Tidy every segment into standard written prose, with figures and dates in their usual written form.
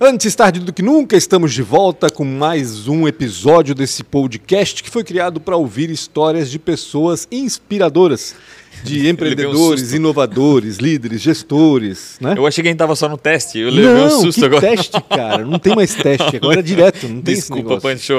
Antes tarde do que nunca, estamos de volta com mais um episódio desse podcast que foi criado para ouvir histórias de pessoas inspiradoras, de empreendedores, inovadores, líderes, gestores, né? Eu achei que a gente tava só no teste, eu levei um susto que agora. Teste, cara, não tem mais teste, agora é direto, não tem Desculpa, esse Pancho.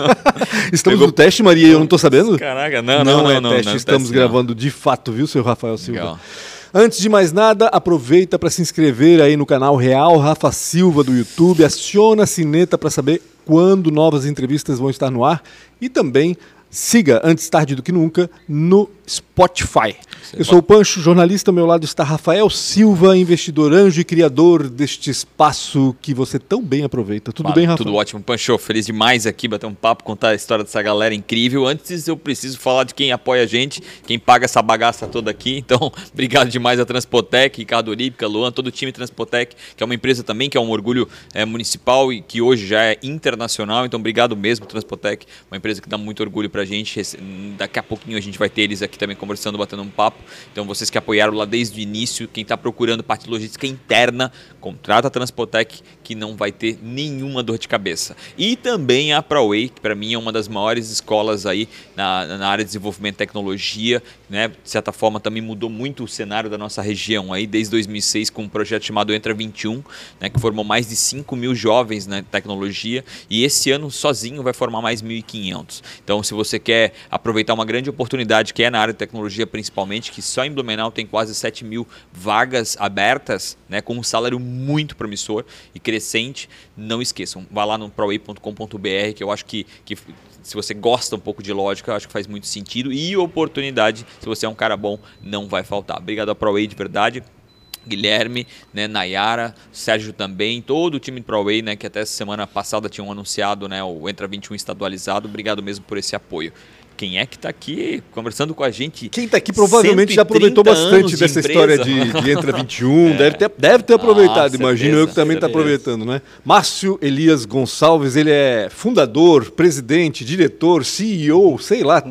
Estamos no teste, Maria, eu não tô sabendo? Caraca, não é teste, não, estamos teste, gravando de fato, viu, seu Rafael Silva? Legal. Antes de mais nada, aproveita para se inscrever aí no canal Real Rafa Silva do YouTube, aciona a sineta para saber quando novas entrevistas vão estar no ar e também siga Antes Tarde do que Nunca no Spotify. Eu sou o Pancho, jornalista, ao meu lado está Rafael Silva, investidor anjo e criador deste espaço que você tão bem aproveita. Tudo bem, Rafa? Tudo ótimo, Pancho. Feliz demais aqui, bater um papo, contar a história dessa galera incrível. Antes eu preciso falar de quem apoia a gente, quem paga essa bagaça toda aqui. Então, obrigado demais a Transpotec, Ricardo Orípica, Luan, todo o time Transpotec, que é uma empresa também que é um orgulho municipal e que hoje já é internacional. Então, obrigado mesmo, Transpotec, uma empresa que dá muito orgulho pra gente. Daqui a pouquinho a gente vai ter eles aqui também conversando, batendo um papo. Então, vocês que apoiaram lá desde o início, quem está procurando parte de logística interna, contrata a Transpotec, que não vai ter nenhuma dor de cabeça. E também a ProWay, que para mim é uma das maiores escolas aí na área de desenvolvimento de tecnologia, né? De certa forma também mudou muito o cenário da nossa região aí, desde 2006 com um projeto chamado Entra 21, né? Que formou mais de 5 mil jovens na tecnologia e esse ano sozinho vai formar mais 1.500. Então, se você quer aproveitar uma grande oportunidade que é na área de tecnologia principalmente, que só em Blumenau tem quase 7 mil vagas abertas, né? Com um salário muito promissor e crescente, não esqueçam, vá lá no proway.com.br, que eu acho que se você gosta um pouco de lógica, eu acho que faz muito sentido e oportunidade, se você é um cara bom, não vai faltar. Obrigado a ProWay de verdade. Guilherme, né, Nayara, Sérgio também, todo o time de ProWay, né, que até semana passada tinham anunciado, né, o Entra 21 estadualizado. Obrigado mesmo por esse apoio. Quem é que está aqui conversando com a gente? Quem está aqui provavelmente já aproveitou bastante dessa história de Entra 21, deve ter aproveitado, imagino eu que também está aproveitando, né? Márcio Elias Gonçalves, ele é fundador, presidente, diretor, CEO, sei lá,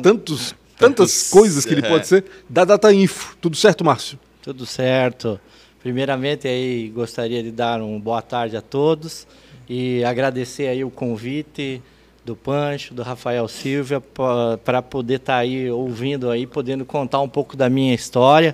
tantas coisas que ele pode ser, da Data Info. Tudo certo, Márcio? Tudo certo. Primeiramente, aí gostaria de dar uma boa tarde a todos e agradecer aí o convite do Pancho, do Rafael Silva, para poder estar aí ouvindo aí, podendo contar um pouco da minha história.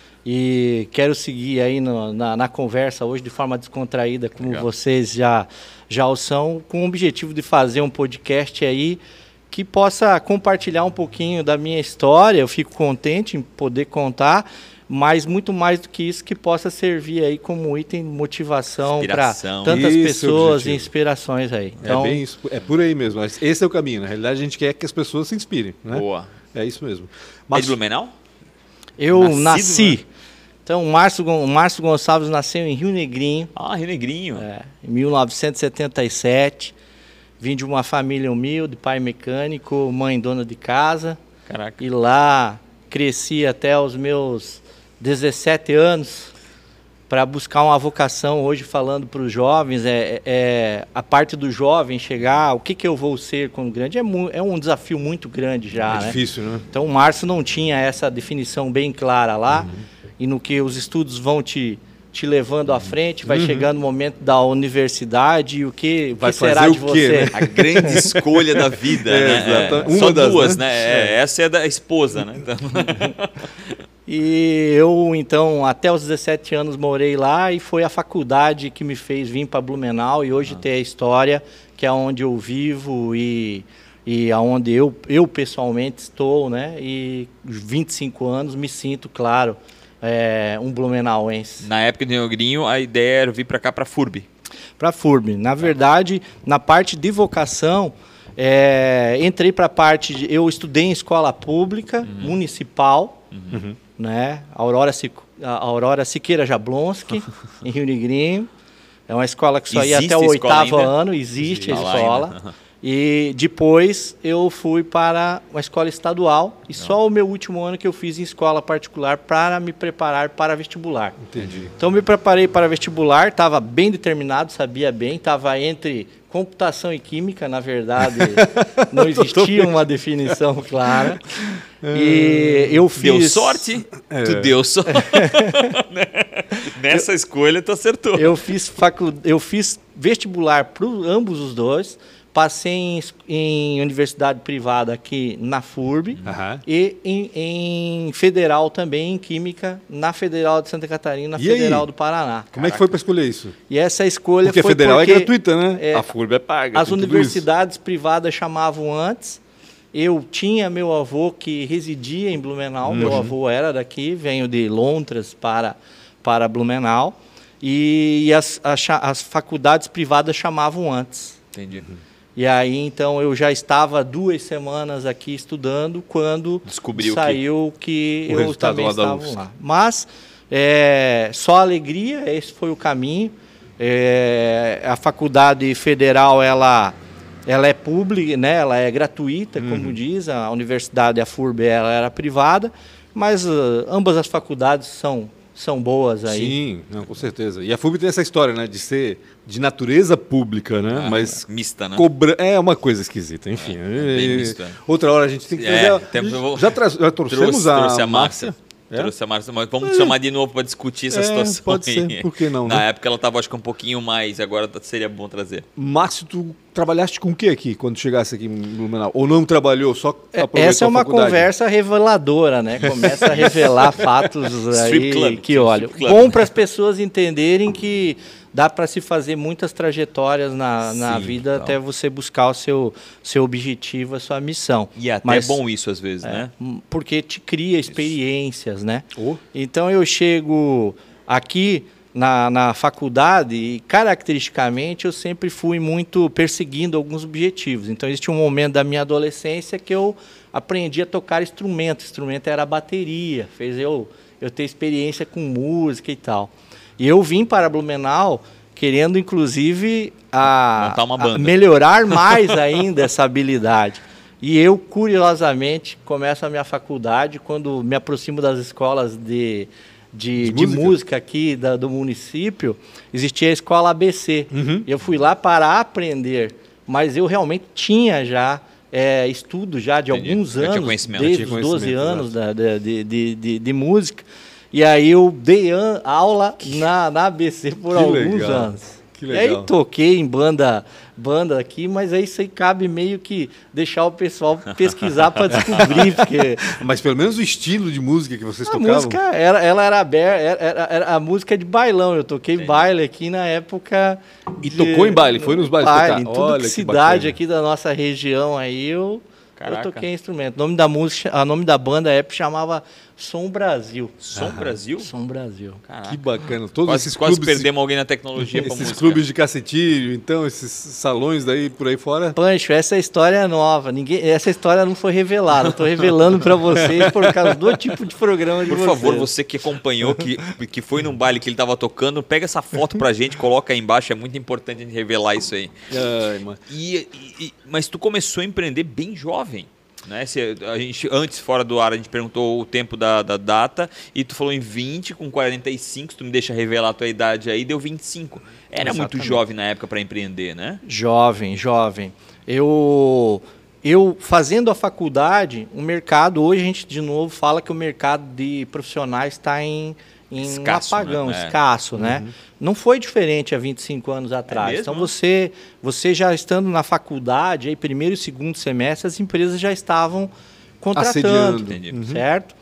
E quero seguir aí na conversa hoje de forma descontraída, como Legal. Vocês já o são, com o objetivo de fazer um podcast aí que possa compartilhar um pouquinho da minha história. Eu fico contente em poder contar, mas muito mais do que isso, que possa servir aí como item de motivação para tantas pessoas e inspirações aí. Então, é bem isso, é por aí mesmo. Esse é o caminho. Na realidade, a gente quer que as pessoas se inspirem, né? Boa. É isso mesmo. É de Blumenau? Eu nasci. Né? Então, o Márcio Gonçalves nasceu em Rio Negrinho. Ah, Rio Negrinho. Em 1977. Vim de uma família humilde, pai mecânico, mãe dona de casa. Caraca. E lá cresci até os meus 17 anos para buscar uma vocação. Hoje, falando para os jovens, a parte do jovem chegar, o que eu vou ser quando grande, é um desafio muito grande já. É difícil, né? Então, o Márcio não tinha essa definição bem clara lá, e no que os estudos vão te levando à frente, vai chegando o momento da universidade e o que será de você? Né? A grande escolha da vida, né? Só duas, né? Essa é da esposa, né? Então... E eu, então, até os 17 anos morei lá e foi a faculdade que me fez vir para Blumenau e hoje ter a história, que é onde eu vivo e aonde eu pessoalmente estou, né? E 25 anos me sinto, claro, um blumenauense. Na época do Negrinho, a ideia era vir para cá, para a FURB. Para a FURB. Na verdade, na parte de vocação, entrei para a parte eu estudei em escola pública, municipal, né? Aurora Siqueira Jablonski, em Rio Negrinho. É uma escola que só ia até o 8º ano, existe a escola. E depois eu fui para uma escola estadual e só o meu último ano que eu fiz em escola particular para me preparar para vestibular. Entendi. Então me preparei para vestibular, estava bem determinado, sabia bem, estava entre computação e química, na verdade, não existia uma definição clara. E eu fiz... Deu sorte? Tu deu sorte. Nessa escolha tu acertou. Eu fiz vestibular para ambos os dois. Passei em universidade privada aqui na FURB e em federal também, em Química, na Federal de Santa Catarina, na Federal do Paraná. Como é que foi para escolher isso? E essa escolha porque foi a federal é gratuita, né? A FURB é paga. As universidades privadas chamavam antes. Eu tinha meu avô que residia em Blumenau. Meu avô era daqui, venho de Lontras para Blumenau. E as faculdades privadas chamavam antes. Entendi. E aí, então, eu já estava 2 semanas aqui estudando quando saiu que eu também estava lá. Mas, só alegria, esse foi o caminho. A faculdade federal, ela é pública, né? Ela é gratuita, como diz. A universidade, a FURB, ela era privada, mas ambas as faculdades são boas aí. Sim, não, com certeza. E a FURB tem essa história, né, de ser de natureza pública, né? Mas mista, né? É uma coisa esquisita, enfim. Bem misto, Outra hora a gente tem que trazer. Já trouxemos a Márcia. Trouxe a Márcia, mas vamos chamar de novo para discutir essa situação. Pode ser, por que não? Na né? época ela estava, acho que um pouquinho mais, agora seria bom trazer. Márcio, tu trabalhaste com o que aqui, quando chegasse aqui em Blumenau? Ou não trabalhou, só aproveitou Essa é uma a faculdade? Conversa reveladora, né? Começa a revelar fatos aí club, que, olha, bom para as pessoas entenderem que dá para se fazer muitas trajetórias na vida até você buscar o seu objetivo, a sua missão. E até é bom isso às vezes, né? Porque te cria experiências, né? Então eu chego aqui na faculdade e caracteristicamente eu sempre fui muito perseguindo alguns objetivos. Então existe um momento da minha adolescência que eu aprendi a tocar instrumento. O instrumento era a bateria, fez eu ter experiência com música e tal. E eu vim para Blumenau querendo, inclusive, montar uma banda. Melhorar mais ainda essa habilidade. E eu, curiosamente, começo a minha faculdade quando me aproximo das escolas de música aqui do município. Existia a escola ABC. Eu fui lá para aprender, mas eu realmente tinha já estudo já de alguns anos, desde os 12 anos de música. E aí eu dei aula na ABC por alguns anos. Que legal. E aí toquei em banda aqui, mas aí isso aí cabe meio que deixar o pessoal pesquisar para descobrir. Porque mas pelo menos o estilo de música que vocês tocavam? A música, ela era aberta, era a música de bailão. Eu toquei baile aqui na época. E tocou em baile? Foi nos bailes tocar? Em tudo que cidade aqui da nossa região aí eu toquei instrumento. O nome da banda chamava Som Brasil. Som Brasil? Som Brasil. Caraca. Que bacana. Quase perdemos alguém na tecnologia para música. Esses clubes de cacetilho, então, esses salões daí por aí fora. Pancho, essa história é nova. Essa história não foi revelada. Estou revelando para vocês por causa do tipo de programa de vocês. Por favor, você que acompanhou, que foi num baile que ele estava tocando, pega essa foto pra gente, coloca aí embaixo. É muito importante a gente revelar isso aí. Mas tu começou a empreender bem jovem. Né? A gente, antes, fora do ar, a gente perguntou o tempo da data e tu falou em 20, com 45, se tu me deixa revelar a tua idade aí, deu 25. Era muito jovem na época para empreender, né? Jovem. Eu fazendo a faculdade, o mercado, hoje a gente de novo fala que o mercado de profissionais está em escasso, um apagão, né? Escasso, né? Não foi diferente há 25 anos atrás. Então, você já estando na faculdade, aí, primeiro e segundo semestre, as empresas já estavam contratando, certo?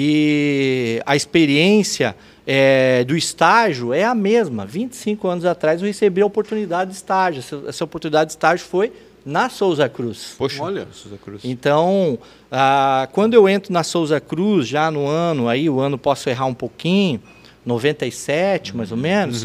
E a experiência do estágio é a mesma. 25 anos atrás, eu recebi a oportunidade de estágio. Essa oportunidade de estágio foi na Souza Cruz. Poxa, olha, Souza Cruz. Então, quando eu entro na Souza Cruz, já no ano, aí o ano posso errar um pouquinho, 97 mais ou menos,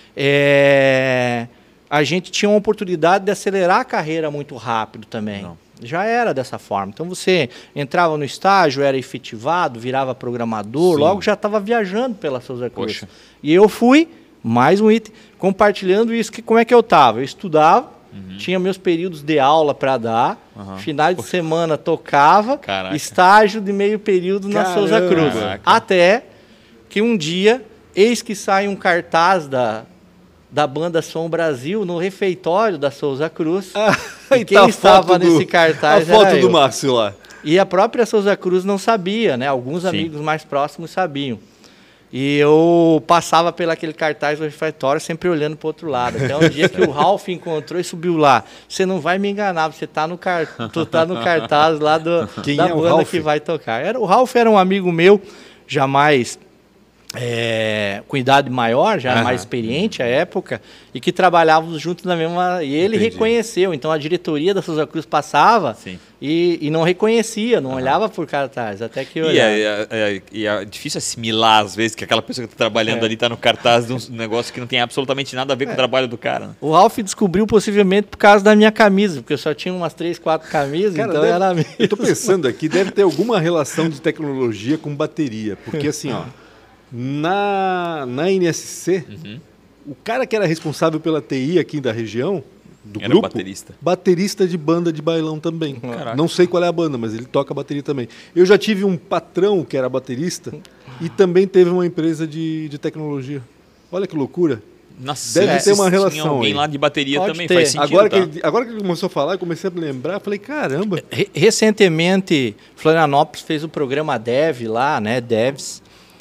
a gente tinha uma oportunidade de acelerar a carreira muito rápido também. Já era dessa forma. Então, você entrava no estágio, era efetivado, virava programador, logo já estava viajando pela Souza Cruz. Poxa. E eu fui, mais um item, compartilhando isso. Como é que eu estava? Eu estudava, tinha meus períodos de aula para dar, finais de semana tocava, estágio de meio período na Souza Cruz. Até que um dia, eis que sai um cartaz da banda Som Brasil no refeitório da Souza Cruz. E quem estava nesse cartaz era a foto do Márcio lá. E a própria Souza Cruz não sabia, né? Alguns amigos mais próximos sabiam. E eu passava pelo aquele cartaz do refeitório sempre olhando para o outro lado. Até um dia que o Ralph encontrou e subiu lá. Você não vai me enganar, você tá no cartaz lá da banda que vai tocar. O Ralph era um amigo meu, jamais com idade maior, já mais experiente à época, e que trabalhávamos juntos na mesma... E ele reconheceu. Então a diretoria da Souza Cruz passava e não reconhecia, não olhava por cartaz, até que olhava. E é difícil assimilar, às vezes, que aquela pessoa que está trabalhando ali está no cartaz de um negócio que não tem absolutamente nada a ver com o trabalho do cara. Né? O Ralph descobriu possivelmente por causa da minha camisa, porque eu só tinha umas 3, 4 camisas, cara, então era mesmo. Eu tô pensando aqui, deve ter alguma relação de tecnologia com bateria, porque assim, ó, na NSC, o cara que era responsável pela TI aqui da região, do era grupo, baterista de banda de bailão também. Não sei qual é a banda, mas ele toca bateria também. Eu já tive um patrão que era baterista e também teve uma empresa de tecnologia. Olha que loucura. Nossa, deve ter uma relação. Tinha alguém lá de bateria Pode também, ter. faz sentido. Agora que ele começou a falar, eu comecei a lembrar, falei, caramba. Recentemente, Florianópolis fez o programa Dev lá, né, Devs.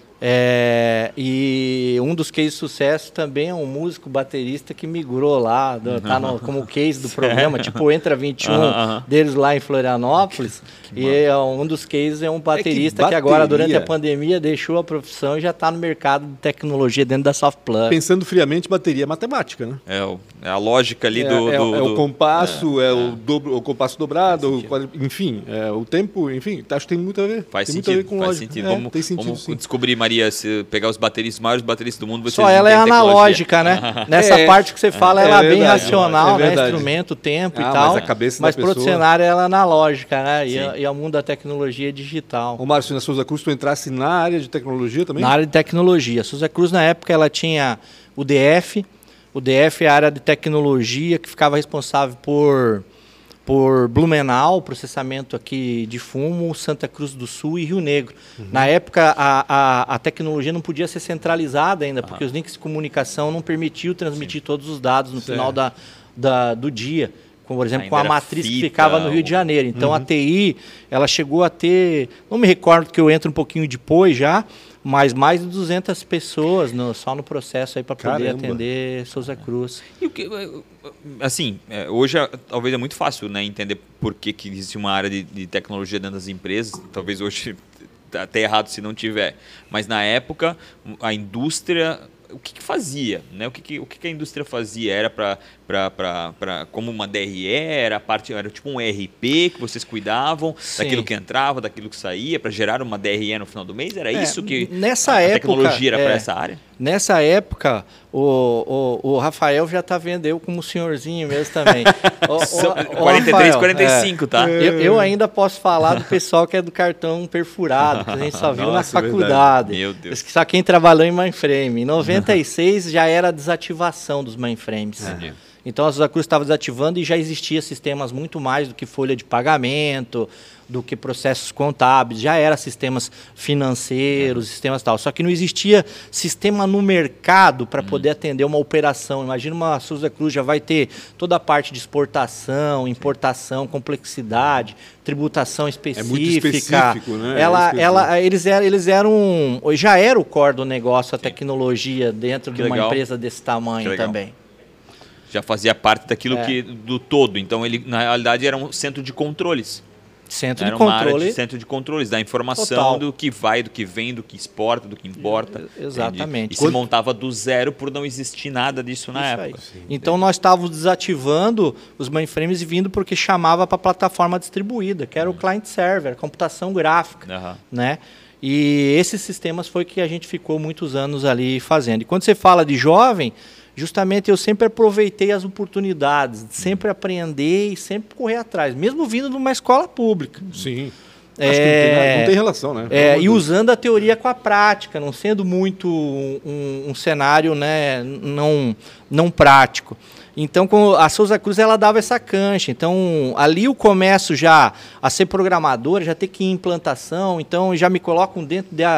E um dos cases de sucesso também é um músico baterista que migrou lá, tá como case do programa, tipo Entra 21 deles lá em Florianópolis. E um dos cases é um baterista que agora, durante a pandemia, deixou a profissão e já está no mercado de tecnologia dentro da Softplug. Pensando friamente, bateria é matemática, né? É a lógica ali o compasso, o compasso dobrado, enfim, o tempo, enfim, acho que tem muito a ver. Faz tem sentido, muito a ver com faz lógica. sentido. Vamos descobrir, Maria, se pegar os maiores bateristas do mundo, só ela é analógica, né? Nessa parte que você fala, ela é bem racional, né? Instrumento, tempo e tal. Mas para outro cenário, ela é analógica, né? E o mundo da tecnologia é digital. Ô, Márcio, na Souza Cruz, tu entrasse na área de tecnologia também? Na área de tecnologia. A Souza Cruz, na época, ela tinha o DF. O DF é a área de tecnologia que ficava responsável por Blumenau, processamento aqui de fumo, Santa Cruz do Sul e Rio Negro. Na época, a tecnologia não podia ser centralizada ainda, porque os links de comunicação não permitiam transmitir todos os dados no final do dia. Por exemplo, com a matriz que ficava no Rio de Janeiro. Então, a TI, ela chegou a ter... Não me recordo que eu entro um pouquinho depois já, mas mais de 200 pessoas só no processo aí para poder atender Souza Cruz. E assim, hoje talvez é muito fácil, né, entender por que existe uma área de tecnologia dentro das empresas. Talvez hoje até errado se não tiver. Mas na época, a indústria... O que fazia, né? O que a indústria fazia? Era como uma DRE? Era tipo um ERP que vocês cuidavam daquilo que entrava, daquilo que saía, para gerar uma DRE no final do mês? Era isso que nessa a época, tecnologia era para essa área? Nessa época, o Rafael já está vendo eu como senhorzinho mesmo também. 43, Rafael, 45, tá? Eu ainda posso falar do pessoal que é do cartão perfurado, que a gente só viu na faculdade. Meu Deus. Só quem trabalhou em mainframe. Em 96 já era a desativação dos mainframes. Então a Souza Cruz estava desativando e já existia sistemas muito mais do que folha de pagamento, do que processos contábeis, já era sistemas financeiros, sistemas tal. Só que não existia sistema no mercado para poder atender uma operação. Imagina uma Souza Cruz já vai ter toda a parte de exportação, importação, complexidade, tributação específica. É muito específico, né? Eles eram, já era o core do negócio, a tecnologia dentro de uma empresa desse tamanho também. Já fazia parte daquilo do todo. Então, ele, na realidade, era um centro de controles. Centro de controles, da informação do que vai, do que vem, do que exporta, do que importa. Exatamente. E se montava do zero por não existir nada disso na época. Então, nós estávamos desativando os mainframes e vindo porque chamava para a plataforma distribuída, que era o client server, computação gráfica. Né? E esses sistemas foi que a gente ficou muitos anos ali fazendo. E quando você fala de jovem... Justamente eu sempre aproveitei as oportunidades de sempre aprender e sempre correr atrás, mesmo vindo de uma escola pública. Sim. Acho que não tem relação, né? E usando a teoria com a prática, não sendo muito um cenário, né, não prático. Então, a Souza Cruz ela dava essa cancha. Então, ali eu começo já a ser programador, já ter que ir em implantação. Então, já me colocam dentro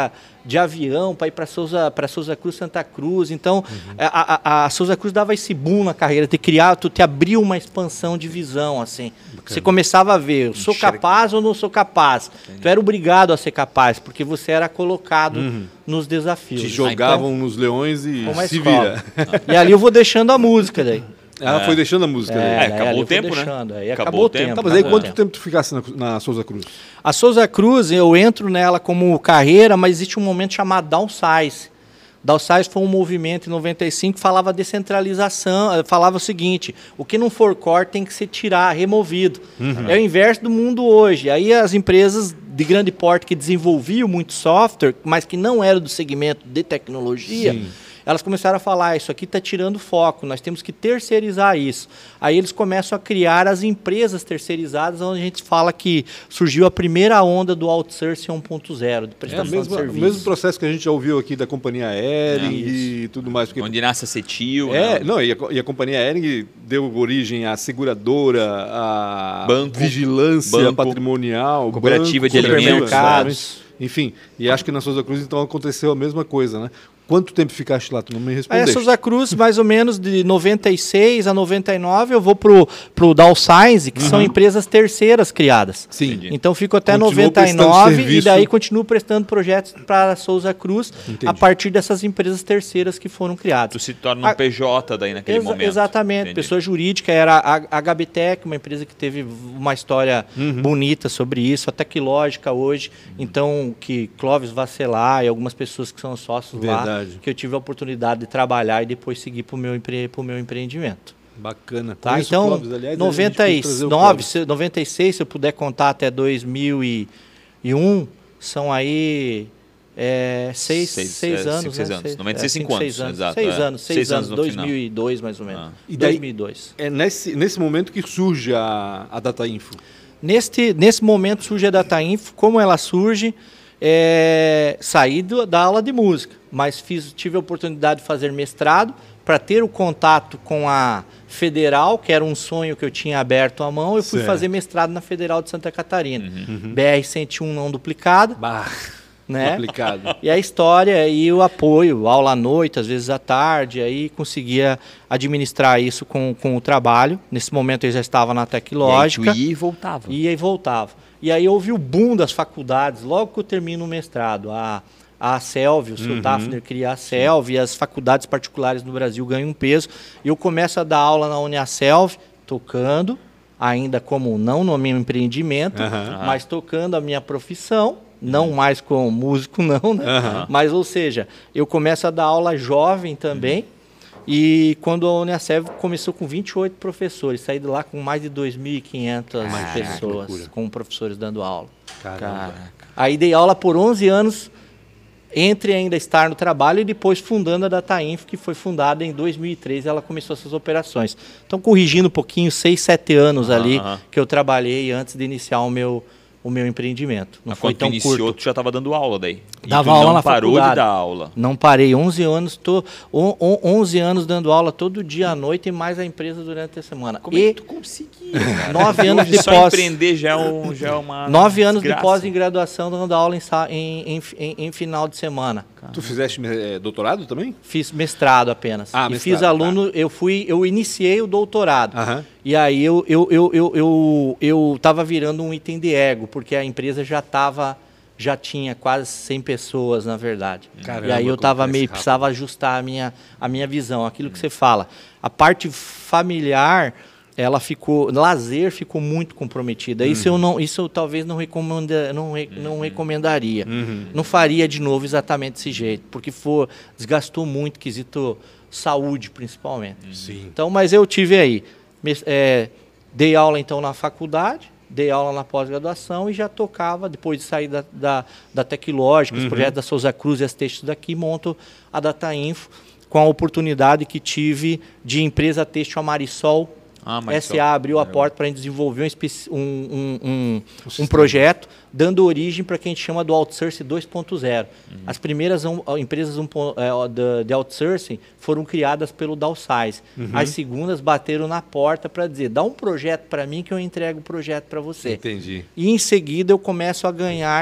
de avião para ir para Souza Cruz, Santa Cruz. Então, a Souza Cruz dava esse boom na carreira, tu te abriu uma expansão de visão, assim. Bacana. Você começava a ver, eu sou capaz ou não sou capaz. Entendi. Tu era obrigado a ser capaz, porque você era colocado nos desafios. Te jogavam nos leões e se vira. E ali eu vou deixando a música daí. Ela foi deixando a música. Acabou o tempo, deixando, né? Aí acabou o tempo. Tá, mas aí quanto tempo tu ficasse na Souza Cruz? A Souza Cruz, eu entro nela como carreira, mas existe um momento chamado Downsize. Downsize foi um movimento em 95 que falava descentralização, falava o seguinte, o que não for core tem que ser removido. É o inverso do mundo hoje. Aí as empresas de grande porte que desenvolviam muito software, mas que não eram do segmento de tecnologia, sim, elas começaram a falar, isso aqui está tirando foco, nós temos que terceirizar isso. Aí eles começam a criar as empresas terceirizadas, onde a gente fala que surgiu a primeira onda do outsourcing 1.0, de prestação de serviços. O mesmo processo que a gente já ouviu aqui da companhia Ering e tudo mais. Porque... Onde nasce a Cetil. E a companhia Ering deu origem à seguradora, à vigilância patrimonial, cooperativa de alimentos. Enfim, e acho que na Souza Cruz então aconteceu a mesma coisa, né? Quanto tempo ficaste lá? Tu não me respondeste. A Souza Cruz, mais ou menos de 96 a 99, eu vou pro Downsize, que são empresas terceiras criadas. Sim. Então fico até 99 e daí continuo prestando projetos para a Souza Cruz a partir dessas empresas terceiras que foram criadas. Tu se torna um PJ daí naquele momento. Exatamente. Entendi. Pessoa jurídica era a HBTech, uma empresa que teve uma história bonita sobre isso, a Teclógica hoje, então que Clóvis Vacelar e algumas pessoas que são sócios lá, que eu tive a oportunidade de trabalhar e depois seguir para o meu empreendimento. Bacana. Tá? Então, Clóvis, aliás, 96, se eu puder contar até 2001, são aí 6 anos. 6 anos. 96, 5 anos. Exato. 6 anos, 2002 mais ou menos. E daí, 2002. É nesse momento que surge a Data Info? Nesse momento surge a Data Info. Como ela surge? Saí da aula de música, mas tive a oportunidade de fazer mestrado para ter o contato com a Federal, que era um sonho que eu tinha aberto à mão. Eu fui fazer mestrado na Federal de Santa Catarina. BR-101 não duplicado. Né? Complicado. E a história e o apoio, aula à noite, às vezes à tarde, aí conseguia administrar isso com o trabalho. Nesse momento eu já estava na Teclógica. E aí tu ia e voltava. Ia e voltava. E aí houve o boom das faculdades, logo que eu termino o mestrado. A CELV, o seu Tafner cria a CELV, e as faculdades particulares no Brasil ganham um peso. E eu começo a dar aula na UniaSelv, tocando, ainda como não no meu empreendimento, mas tocando a minha profissão, não mais como músico não, né? Mas, ou seja, eu começo a dar aula jovem também, e quando a UniaSelv começou com 28 professores, saí de lá com mais de 2.500 pessoas, com professores dando aula. Caraca. Aí dei aula por 11 anos, entre ainda estar no trabalho e depois fundando a Data Info, que foi fundada em 2003, ela começou essas operações. Então, corrigindo um pouquinho, 6, 7 anos ali que eu trabalhei antes de iniciar o meu empreendimento. Não foi tão curto. Iniciou, tu já estava dando aula daí? Dava aula na faculdade. Não parou de dar aula? Não parei. 11 anos, 11 anos dando aula todo dia à noite e mais a empresa durante a semana. Como é que tu conseguia? 9 anos de só empreender já é uma 9 anos de pós-graduação dando aula em final de semana. Tu fizeste doutorado também? Fiz mestrado apenas. Mestrado, fiz aluno, eu iniciei o doutorado. E aí eu estava virando um item de ego, porque a empresa já tinha quase 100 pessoas, na verdade. Caramba, e aí eu precisava ajustar a minha visão, aquilo que você fala. A parte familiar, lazer ficou muito comprometida. Isso eu talvez não recomendaria. Não faria de novo exatamente desse jeito, porque desgastou muito, quesito saúde principalmente. Então, mas eu tive aí, dei aula então na faculdade, dei aula na pós-graduação e já tocava, depois de sair da Teclógica, os projetos da Souza Cruz e as textos daqui, monto a Data Info, com a oportunidade que tive de empresa têxtil a Marisol. SA abriu a porta para a gente desenvolver um projeto, dando origem para o que a gente chama do outsourcing 2.0. As primeiras empresas de outsourcing foram criadas pelo Downsize. As segundas bateram na porta para dizer, dá um projeto para mim que eu entrego o projeto para você. Entendi. E em seguida eu começo a ganhar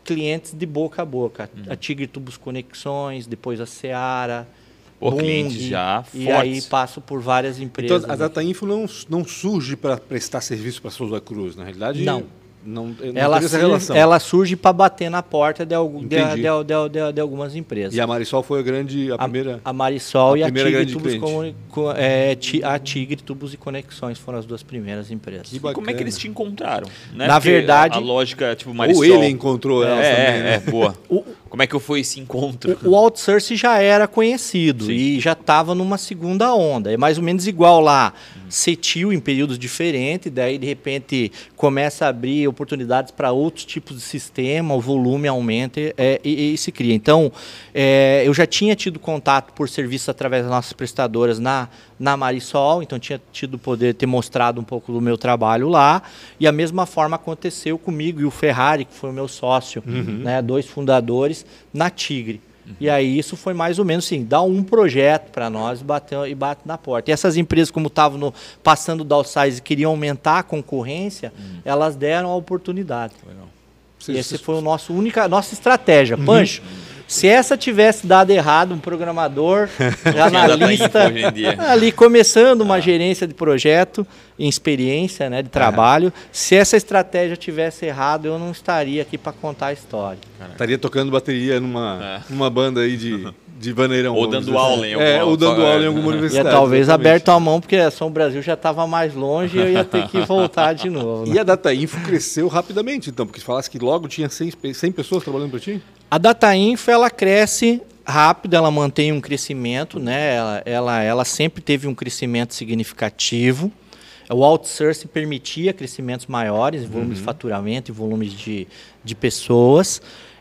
clientes de boca a boca. A Tigre Tubos Conexões, depois a Seara, Pô, clientes já e fortes. aí passo por várias empresas. Então, a Data Info não surge para prestar serviço para Souza Cruz, na realidade? Não. Não Ela, tem essa relação. ela surge para bater na porta de Entendi. algumas empresas. E a Marisol foi a primeira... A Marisol a e a primeira Tigre grande Tubos, a Tigre Tubos e Conexões foram as duas primeiras empresas. Que E como é que eles te encontraram? Né? Na Porque verdade... a lógica, tipo, Marisol... Ou ele encontrou elas também, né? boa. Como é que foi esse encontro? O outsourcing já era conhecido e já estava numa segunda onda. É mais ou menos igual lá. Cetil em períodos diferentes, daí de repente começa a abrir oportunidades para outros tipos de sistema, o volume aumenta e se cria. Então, eu já tinha tido contato por serviço através das nossas prestadoras na Marisol, então tinha tido o poder de ter mostrado um pouco do meu trabalho lá. E a mesma forma aconteceu comigo e o Ferrari, que foi o meu sócio, né, 2 fundadores, na Tigre. E aí isso foi mais ou menos assim, dá um projeto para nós e bate na porta. E essas empresas, como estavam passando o downsize e queriam aumentar a concorrência, elas deram a oportunidade. Legal. E esse foi nossa estratégia. Pancho, se essa tivesse dado errado, um programador, analista, hoje em dia. ali começando uma gerência de projeto, em experiência, né, de trabalho, se essa estratégia tivesse errado, eu não estaria aqui para contar a história. Estaria tocando bateria numa banda aí de vaneirão. Ou dando aula em alguma ou dando aula em alguma Ia universidade. talvez exatamente. aberto a mão, porque a Ação Brasil já estava mais longe e eu ia ter que voltar de novo. Né? E a Data Info cresceu rapidamente, então, porque você falasse que logo tinha 100 pessoas trabalhando para ti? A Data Info, ela cresce rápido, ela mantém um crescimento, né? Ela sempre teve um crescimento significativo. O outsourcing permitia crescimentos maiores, volumes de faturamento e volumes de pessoas.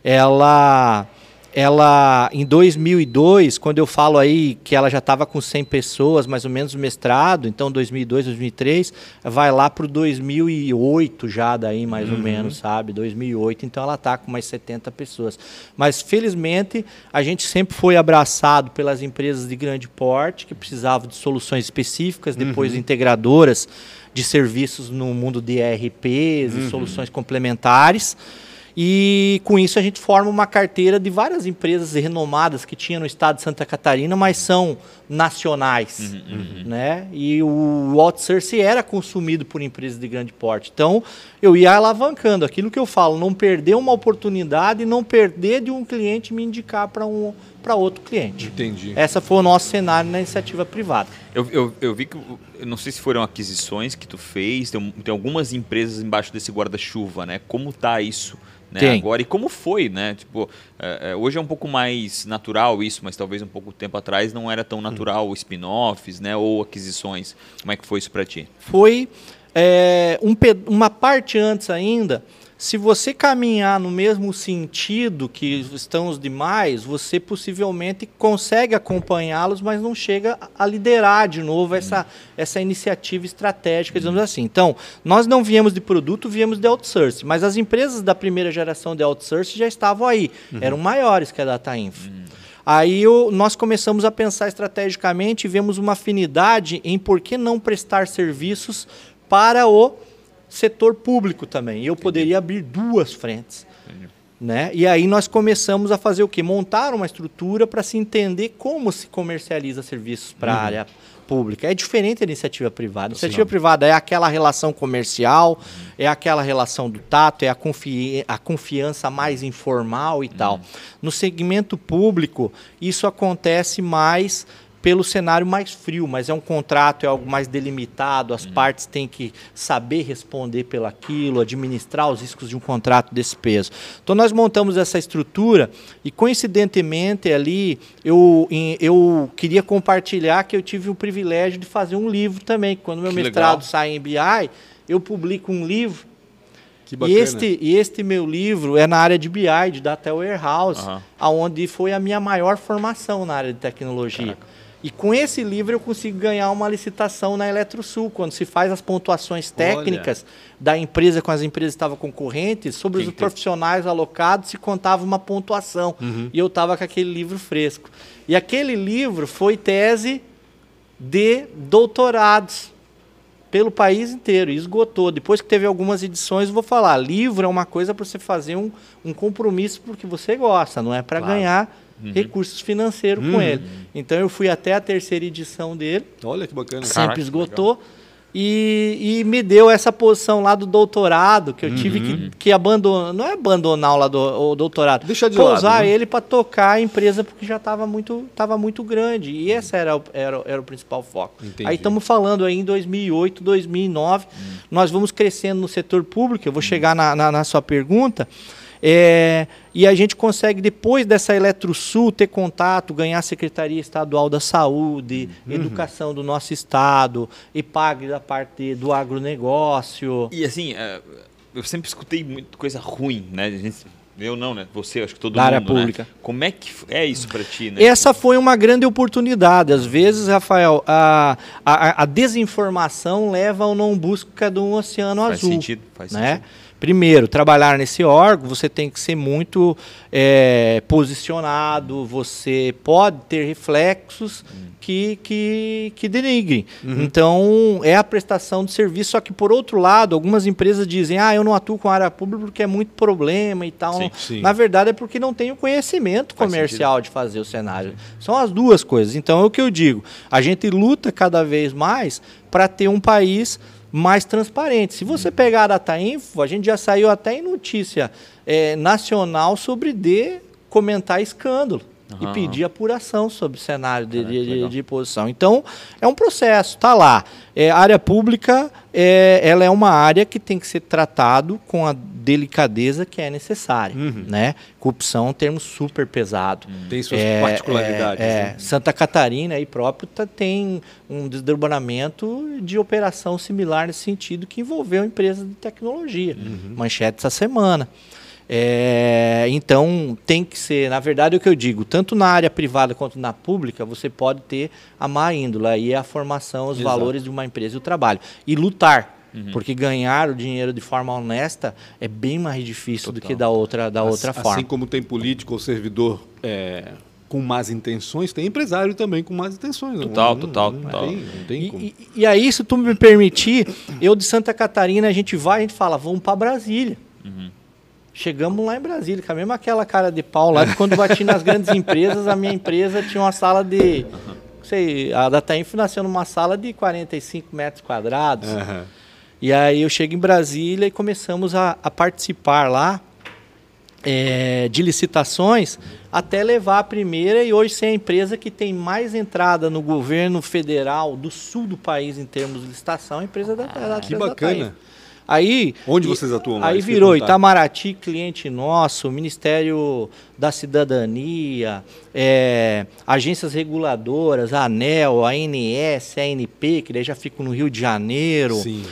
Ela, em 2002, quando eu falo aí que ela já estava com 100 pessoas, mais ou menos, no mestrado, então 2002, 2003, vai lá para o 2008 já daí, mais ou menos, sabe? 2008, então ela está com mais 70 pessoas. Mas, felizmente, a gente sempre foi abraçado pelas empresas de grande porte, que precisavam de soluções específicas, depois integradoras de serviços no mundo de ERPs e soluções complementares. E com isso a gente forma uma carteira de várias empresas renomadas que tinha no estado de Santa Catarina, mas são nacionais, né? E o outsourcing era consumido por empresas de grande porte. Então eu ia alavancando aquilo que eu falo, não perder uma oportunidade e não perder de um cliente me indicar para outro cliente. Entendi. Essa foi o nosso cenário na iniciativa privada. Eu vi que, eu não sei se foram aquisições que tu fez, tem algumas empresas embaixo desse guarda-chuva, né? Como tá isso? Né, agora, e como foi, né? Tipo, hoje é um pouco mais natural isso, mas talvez um pouco tempo atrás não era tão natural spin-offs, né, ou aquisições. Como é que foi isso para ti? Foi uma parte antes ainda. Se você caminhar no mesmo sentido que estão os demais, você possivelmente consegue acompanhá-los, mas não chega a liderar de novo essa iniciativa estratégica, digamos assim. Então, nós não viemos de produto, viemos de outsourcing, mas as empresas da primeira geração de outsourcing já estavam aí, eram maiores que a Data Info. Aí nós começamos a pensar estrategicamente e vemos uma afinidade em por que não prestar serviços para o setor público também. Eu poderia abrir 2 frentes. Né? E aí nós começamos a fazer o quê? Montar uma estrutura para se entender como se comercializa serviços para a área pública. É diferente da iniciativa privada. A iniciativa privada é aquela relação comercial, é aquela relação do tato, é a confiança mais informal e tal. No segmento público, isso acontece mais pelo cenário mais frio, mas é um contrato, é algo mais delimitado, as partes têm que saber responder pelaquilo, administrar os riscos de um contrato desse peso. Então nós montamos essa estrutura e coincidentemente ali eu queria compartilhar que eu tive o privilégio de fazer um livro também. Quando meu mestrado sai em BI, eu publico um livro. Que bacana. E este meu livro é na área de BI, de Data Warehouse, onde foi a minha maior formação na área de tecnologia. Caraca. E com esse livro eu consigo ganhar uma licitação na Eletrosul, quando se faz as pontuações técnicas da empresa com as empresas que estavam concorrentes, sobre os profissionais alocados, se contava uma pontuação. E eu estava com aquele livro fresco. E aquele livro foi tese de doutorados pelo país inteiro, e esgotou. Depois que teve algumas edições, eu vou falar, livro é uma coisa para você fazer um compromisso porque você gosta, não é para ganhar recursos financeiros com ele. Então eu fui até a 3ª edição dele. Olha que bacana. Sempre esgotou. E me deu essa posição lá do doutorado, que eu tive que abandonar, não é abandonar o doutorado, deixar de pousar lado, né? ele para tocar a empresa, porque já estava muito grande. E esse era o principal foco. Entendi. Aí estamos falando aí em 2008, 2009, nós vamos crescendo no setor público, eu vou chegar na sua pergunta. E a gente consegue, depois dessa Eletrosul, ter contato, ganhar a Secretaria Estadual da Saúde, educação do nosso estado, EPAGRE da parte do agronegócio. E assim, eu sempre escutei muita coisa ruim, né? Eu não, né? Você, acho que todo Da mundo, área pública. né? Como é que é isso para ti, né? Essa foi uma grande oportunidade. Às vezes, Rafael, a desinformação leva ao não busca de um oceano Faz azul. sentido, faz né? sentido. Primeiro, trabalhar nesse órgão, você tem que ser muito posicionado, você pode ter reflexos que denigrem. Então, é a prestação de serviço, só que, por outro lado, algumas empresas dizem, eu não atuo com a área pública porque é muito problema e tal. Sim, sim. Na verdade, é porque não tem o conhecimento Faz comercial de fazer o cenário. São as duas coisas. Então, é o que eu digo, a gente luta cada vez mais para ter um país mais transparente. Se você pegar a Datainfo, a gente já saiu até em notícia nacional sobre comentar escândalo e pedir apuração sobre o cenário de posição. Então, é um processo, está lá. A área pública, ela é uma área que tem que ser tratado com a delicadeza que é necessária. Né? Corrupção é um termo super pesado. Tem suas particularidades. Né? Santa Catarina aí próprio tem um desdobramento de operação similar nesse sentido que envolveu empresas de tecnologia. Manchete essa semana. Então, tem que ser, na verdade, é o que eu digo, tanto na área privada quanto na pública, você pode ter a má índole, aí é a formação, os valores de uma empresa e o trabalho. E lutar, porque ganhar o dinheiro de forma honesta é bem mais difícil do que da outra forma. Assim como tem político ou servidor com más intenções, tem empresário também com más intenções. Total. Não tem como. E aí, se tu me permitir, eu de Santa Catarina, a gente fala, vamos para Brasília. Chegamos lá em Brasília, com a mesma aquela cara de pau lá, de quando bati nas grandes empresas, a minha empresa tinha uma sala de... a Datainfo nasceu numa sala de 45 metros quadrados. E aí eu chego em Brasília e começamos a participar lá de licitações até levar a primeira e hoje ser a empresa que tem mais entrada no governo federal do sul do país em termos de licitação, a empresa da Que bacana. Datainfo. Aí, onde vocês atuam mais? Aí virou Itamaraty, cliente nosso, Ministério da Cidadania, agências reguladoras, a ANEEL, a ANS, a ANP, que daí já ficam no Rio de Janeiro. Sim.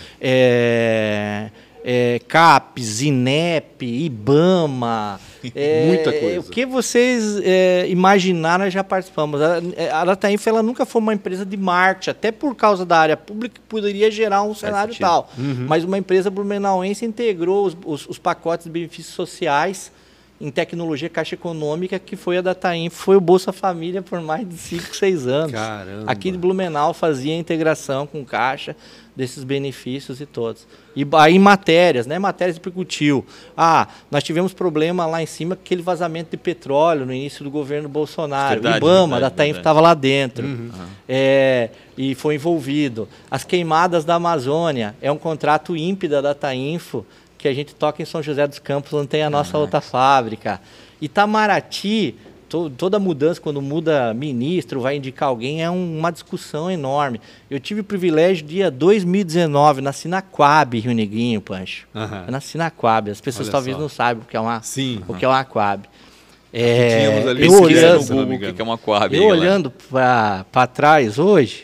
CAPES, INEP, IBAMA, muita coisa. O que vocês imaginaram, nós já participamos. A Datainfo ela nunca foi uma empresa de marketing, até por causa da área pública que poderia gerar um cenário tal. Mas uma empresa blumenauense integrou os pacotes de benefícios sociais em tecnologia caixa econômica, que foi a Datainfo, foi o Bolsa Família por mais de 5, 6 anos. Caramba. Aqui de Blumenau fazia a integração com caixa desses benefícios e todos. E aí matérias, né? Matérias repercutiu. Nós tivemos problema lá em cima, aquele vazamento de petróleo no início do governo Bolsonaro. O IBAMA, a Datainfo estava lá dentro. E foi envolvido. As queimadas da Amazônia, é um contrato INPE da Datainfo, que a gente toca em São José dos Campos, onde tem a nossa outra fábrica. Itamaraty, toda mudança, quando muda ministro, vai indicar alguém, é uma discussão enorme. Eu tive o privilégio, dia 2019, nasci na Coab, Rio Negrinho, Pancho. Eu nasci na Coab, as pessoas talvez não saibam o que é uma Coab. Tínhamos ali eu olhando no Google o que é uma Coab. Eu olhando para trás hoje,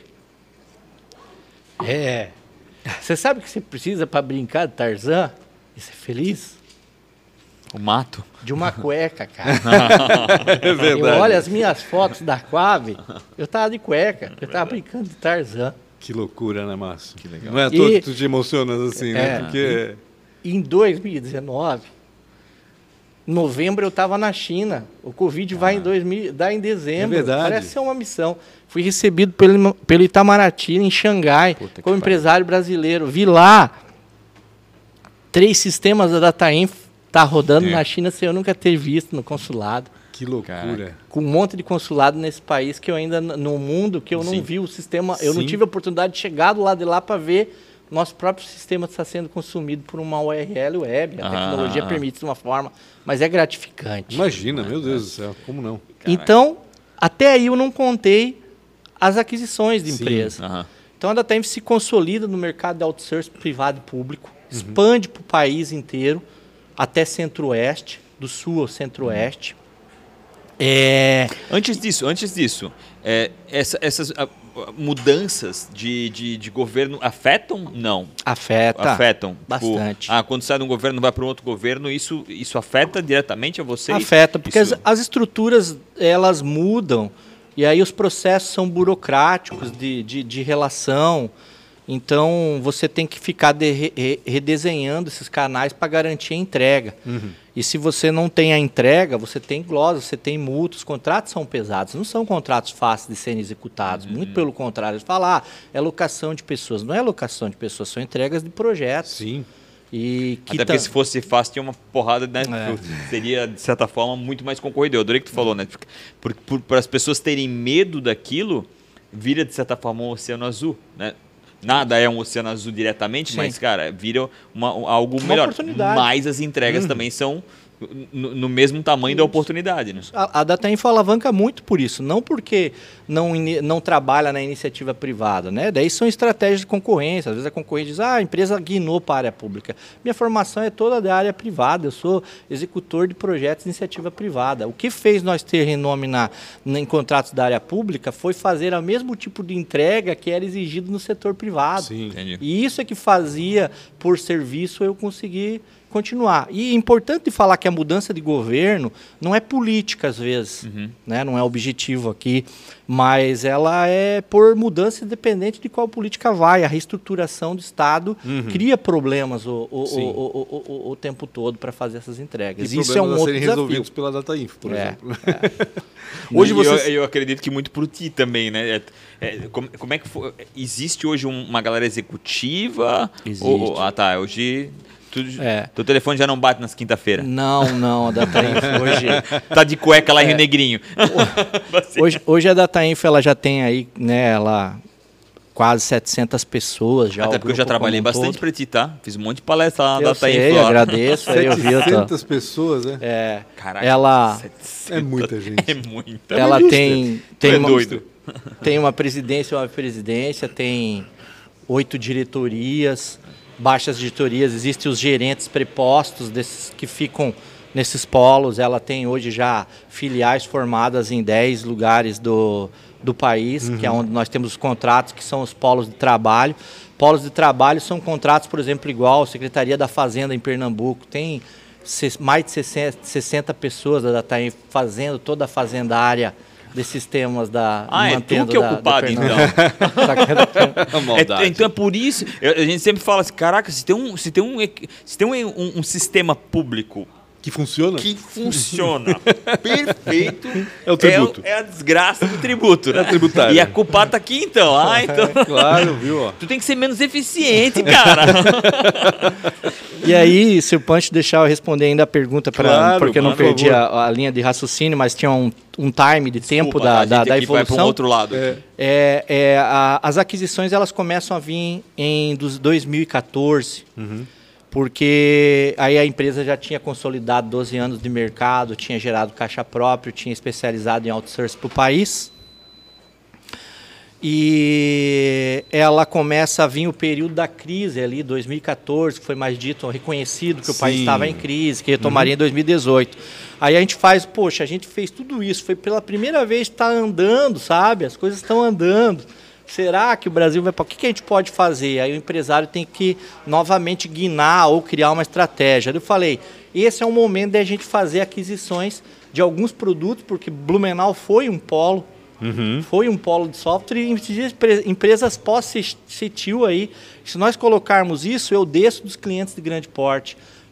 você sabe o que você precisa para brincar de Tarzan e ser feliz? O mato? De uma cueca, cara. É verdade. Eu olho as minhas fotos da Coab, eu tava de cueca, eu tava brincando de Tarzan. Que loucura, né, Márcio? Que legal. Não é à toa que tu te emocionas assim, né? Porque... Em 2019, novembro eu estava na China. O Covid vai dá em dezembro. É verdade. Parece ser uma missão. Fui recebido pelo Itamaraty, em Xangai, como empresário brasileiro. Vi lá 3 sistemas da DataInfo tá rodando na China sem eu nunca ter visto no consulado. Que loucura. Caraca. Com um monte de consulado nesse país que eu ainda, no mundo, que eu não vi o sistema, eu não tive a oportunidade de chegar do lado de lá para ver nosso próprio sistema está sendo consumido por uma URL web. A tecnologia permite de uma forma, mas é gratificante. Imagina, meu Deus do céu, como não? Caraca. Então, até aí eu não contei as aquisições de empresas. Então a DataInfo se consolida no mercado de outsourcing privado e público, expande para o país inteiro, até Centro-Oeste, do Sul ao Centro-Oeste. Antes disso, essas mudanças de governo afetam? Não. Afetam. Bastante. Tipo, quando sai de um governo vai para um outro governo, isso afeta diretamente a vocês? Afeta, porque as estruturas elas mudam e aí os processos são burocráticos de relação. Então, você tem que ficar redesenhando esses canais para garantir a entrega. E se você não tem a entrega, você tem glosa, você tem multas. Os contratos são pesados, não são contratos fáceis de serem executados. Muito pelo contrário, eles falam, é locação de pessoas. Não é locação de pessoas, são entregas de projetos. Sim. E que até porque se fosse fácil, tinha uma porrada, né? Seria, de certa forma, muito mais concorrido. Eu adorei que tu falou, né? Para as pessoas terem medo daquilo, vira, de certa forma, um oceano azul, né? Nada é um oceano azul diretamente, mas, cara, vira algo melhor. Mas as entregas também são no mesmo tamanho da oportunidade, né? A DataInfo alavanca muito por isso, não porque não trabalha na iniciativa privada, né? Daí são estratégias de concorrência. Às vezes a concorrência diz, a empresa guinou para a área pública. Minha formação é toda da área privada, eu sou executor de projetos de iniciativa privada. O que fez nós ter renome em contratos da área pública foi fazer o mesmo tipo de entrega que era exigido no setor privado. Sim. Entendi. E isso é que fazia, por serviço, eu conseguir continuar. E é importante falar que a mudança de governo não é política, às vezes, né? Não é objetivo aqui, mas ela é por mudança independente de qual política vai. A reestruturação do Estado cria problemas o tempo todo para fazer essas entregas. E isso é um outro serem desafio. resolvidos pela DataInfo, por exemplo. Hoje eu acredito que muito por ti também, né? Como é que foi? Existe hoje uma galera executiva? Existe. Hoje... Teu telefone já não bate nas quinta-feiras. Não, a DataInfo hoje... Tá de cueca lá em Rio Negrinho. hoje a DataInfo ela já tem aí, né, quase 700 pessoas já. Até porque eu já trabalhei bastante para ti, tá? Fiz um monte de palestra lá na DataInfo. Eu agradeço. 700 pessoas, né? Caraca, ela... 700. É muita gente. É muita. Ela tem doido. Tem uma presidência, tem 8 diretorias, baixas diretorias, existem os gerentes prepostos desses que ficam nesses polos. Ela tem hoje já filiais formadas em 10 lugares do país, que é onde nós temos os contratos, que são os polos de trabalho. Polos de trabalho são contratos, por exemplo, igual a Secretaria da Fazenda em Pernambuco, tem mais de 60 pessoas da DataInfo fazendo toda a fazendária de sistemas da... é tu que é ocupado, então. Então é por isso... A gente sempre fala assim, caraca, se tem um sistema público que funciona perfeito, é o tributo. É a desgraça do tributo, né? É tributário. E a culpa tá aqui, então. Então... Claro, viu? Ó. Tu tem que ser menos eficiente, cara. E aí, se o Pancho deixar eu responder ainda a pergunta, porque eu não perdi a linha de raciocínio, mas tinha um time de tempo da evolução. Vai para um outro lado. As aquisições elas começam a vir em 2014, porque aí a empresa já tinha consolidado 12 anos de mercado, tinha gerado caixa próprio, tinha especializado em outsourcing para o país. E ela começa a vir o período da crise ali, 2014, que foi mais dito, reconhecido que o país estava em crise, que retomaria em 2018. Aí a gente a gente fez tudo isso, foi pela primeira vez que está andando, sabe? As coisas estão andando. Será que o Brasil vai... O que a gente pode fazer? Aí o empresário tem que novamente guinar ou criar uma estratégia. Eu falei, esse é o momento da gente fazer aquisições de alguns produtos, porque Blumenau foi um polo, foi um polo de software e empresas pós-CETIL aí. Se nós colocarmos isso, eu desço dos clientes de grande porte.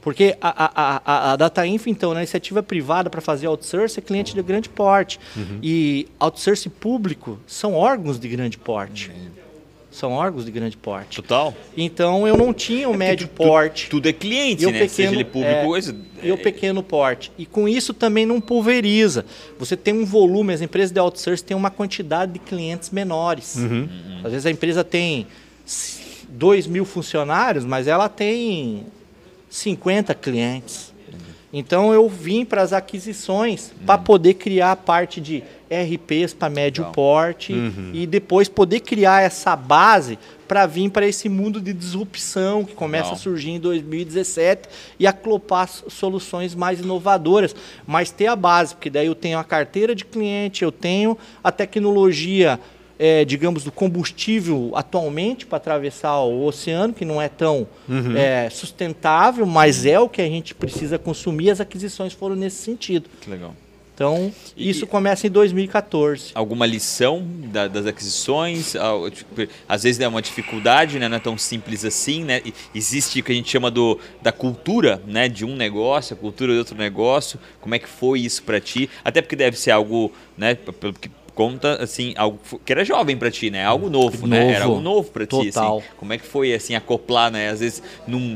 Porque a Datainfo, então, na iniciativa privada para fazer outsourcing, é cliente de grande porte. E outsourcing público são órgãos de grande porte. São órgãos de grande porte. Total. Então, eu não tinha o médio porte. Tudo é cliente, E o né? pequeno, Seja ele público... E o pequeno porte. E com isso também não pulveriza. Você tem um volume, as empresas de outsourcing têm uma quantidade de clientes menores. Às vezes a empresa tem 2.000 funcionários, mas ela tem 50 clientes. Então eu vim para as aquisições para poder criar a parte de RPs para médio porte e depois poder criar essa base para vir para esse mundo de disrupção que começa a surgir em 2017 e aclopar soluções mais inovadoras, mas ter a base, porque daí eu tenho a carteira de cliente, eu tenho a tecnologia, digamos, do combustível atualmente para atravessar o oceano, que não é tão sustentável, mas é o que a gente precisa consumir. As aquisições foram nesse sentido. Que legal. Então, isso começa em 2014. Alguma lição das aquisições? Às vezes é uma dificuldade, né? Não é tão simples assim, né? Existe o que a gente chama da cultura, né? De um negócio, a cultura de outro negócio. Como é que foi isso para ti? Até porque deve ser algo, né? Pelo que conta, assim, algo que era jovem para ti, né? Algo novo, né? Era algo novo para ti, assim. Como é que foi, assim, acoplar, né? Às vezes, num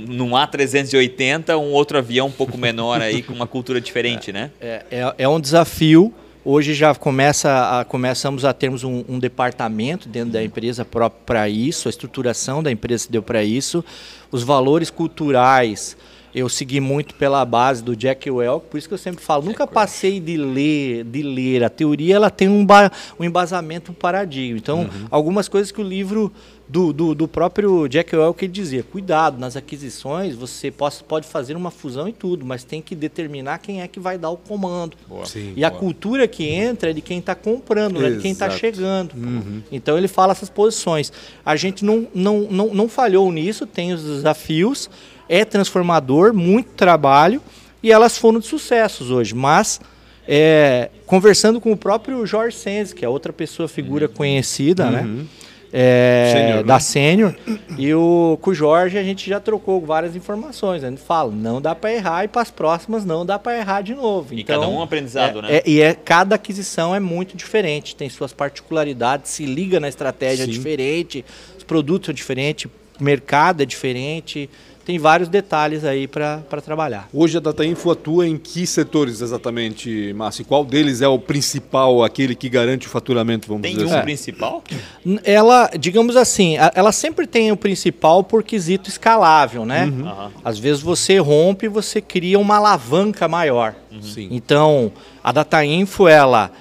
A380, um outro avião um pouco menor aí, com uma cultura diferente, né? É um desafio. Hoje já começamos a termos um departamento dentro da empresa próprio para isso, a estruturação da empresa se deu para isso, os valores culturais. Eu segui muito pela base do Jack Welch, por isso que eu sempre falo, nunca passei de ler. A teoria ela tem um embasamento, um paradigma. Então, algumas coisas que o livro do próprio Jack Welch ele dizia, cuidado, nas aquisições você pode fazer uma fusão e tudo, mas tem que determinar quem é que vai dar o comando. A cultura que entra é de quem está comprando, não é de quem está chegando. Então, ele fala essas posições. A gente não falhou nisso, tem os desafios, é transformador, muito trabalho, e elas foram de sucessos hoje. Mas, conversando com o próprio Jorge Senz, que é outra figura conhecida, né? Sênior, da Sênior, e com o Jorge a gente já trocou várias informações. A gente fala, não dá para errar, e para as próximas não dá para errar de novo. E então, cada um aprendizado, né? Cada aquisição é muito diferente, tem suas particularidades, se liga na estratégia diferente, os produtos são diferentes, o mercado é diferente. Tem vários detalhes aí para trabalhar. Hoje a Datainfo atua em que setores exatamente, Márcio? Qual deles é o principal, aquele que garante o faturamento, vamos dizer assim? Tem um principal? Ela, digamos assim, ela sempre tem o principal por quesito escalável, né? Às vezes você rompe e você cria uma alavanca maior. Então, a Datainfo, ela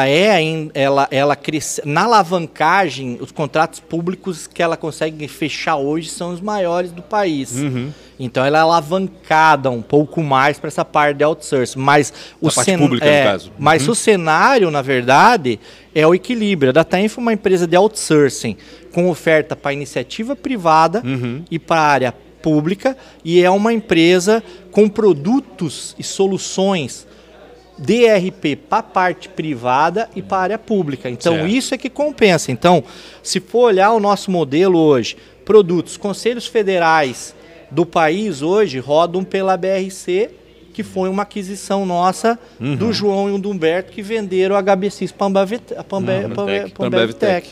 cresce na alavancagem, os contratos públicos que ela consegue fechar hoje são os maiores do país. Então ela é alavancada um pouco mais para essa parte de outsourcing, mas o pública, no caso. Mas o cenário, na verdade, é o equilíbrio. A Datainfo é uma empresa de outsourcing com oferta para iniciativa privada e para a área pública, e é uma empresa com produtos e soluções DRP para a parte privada e para a área pública. Então, isso é que compensa. Então, se for olhar o nosso modelo hoje, produtos, conselhos federais do país hoje rodam pela BRC, que foi uma aquisição nossa do João e do Humberto, que venderam a HBCIS para a Ambevtec.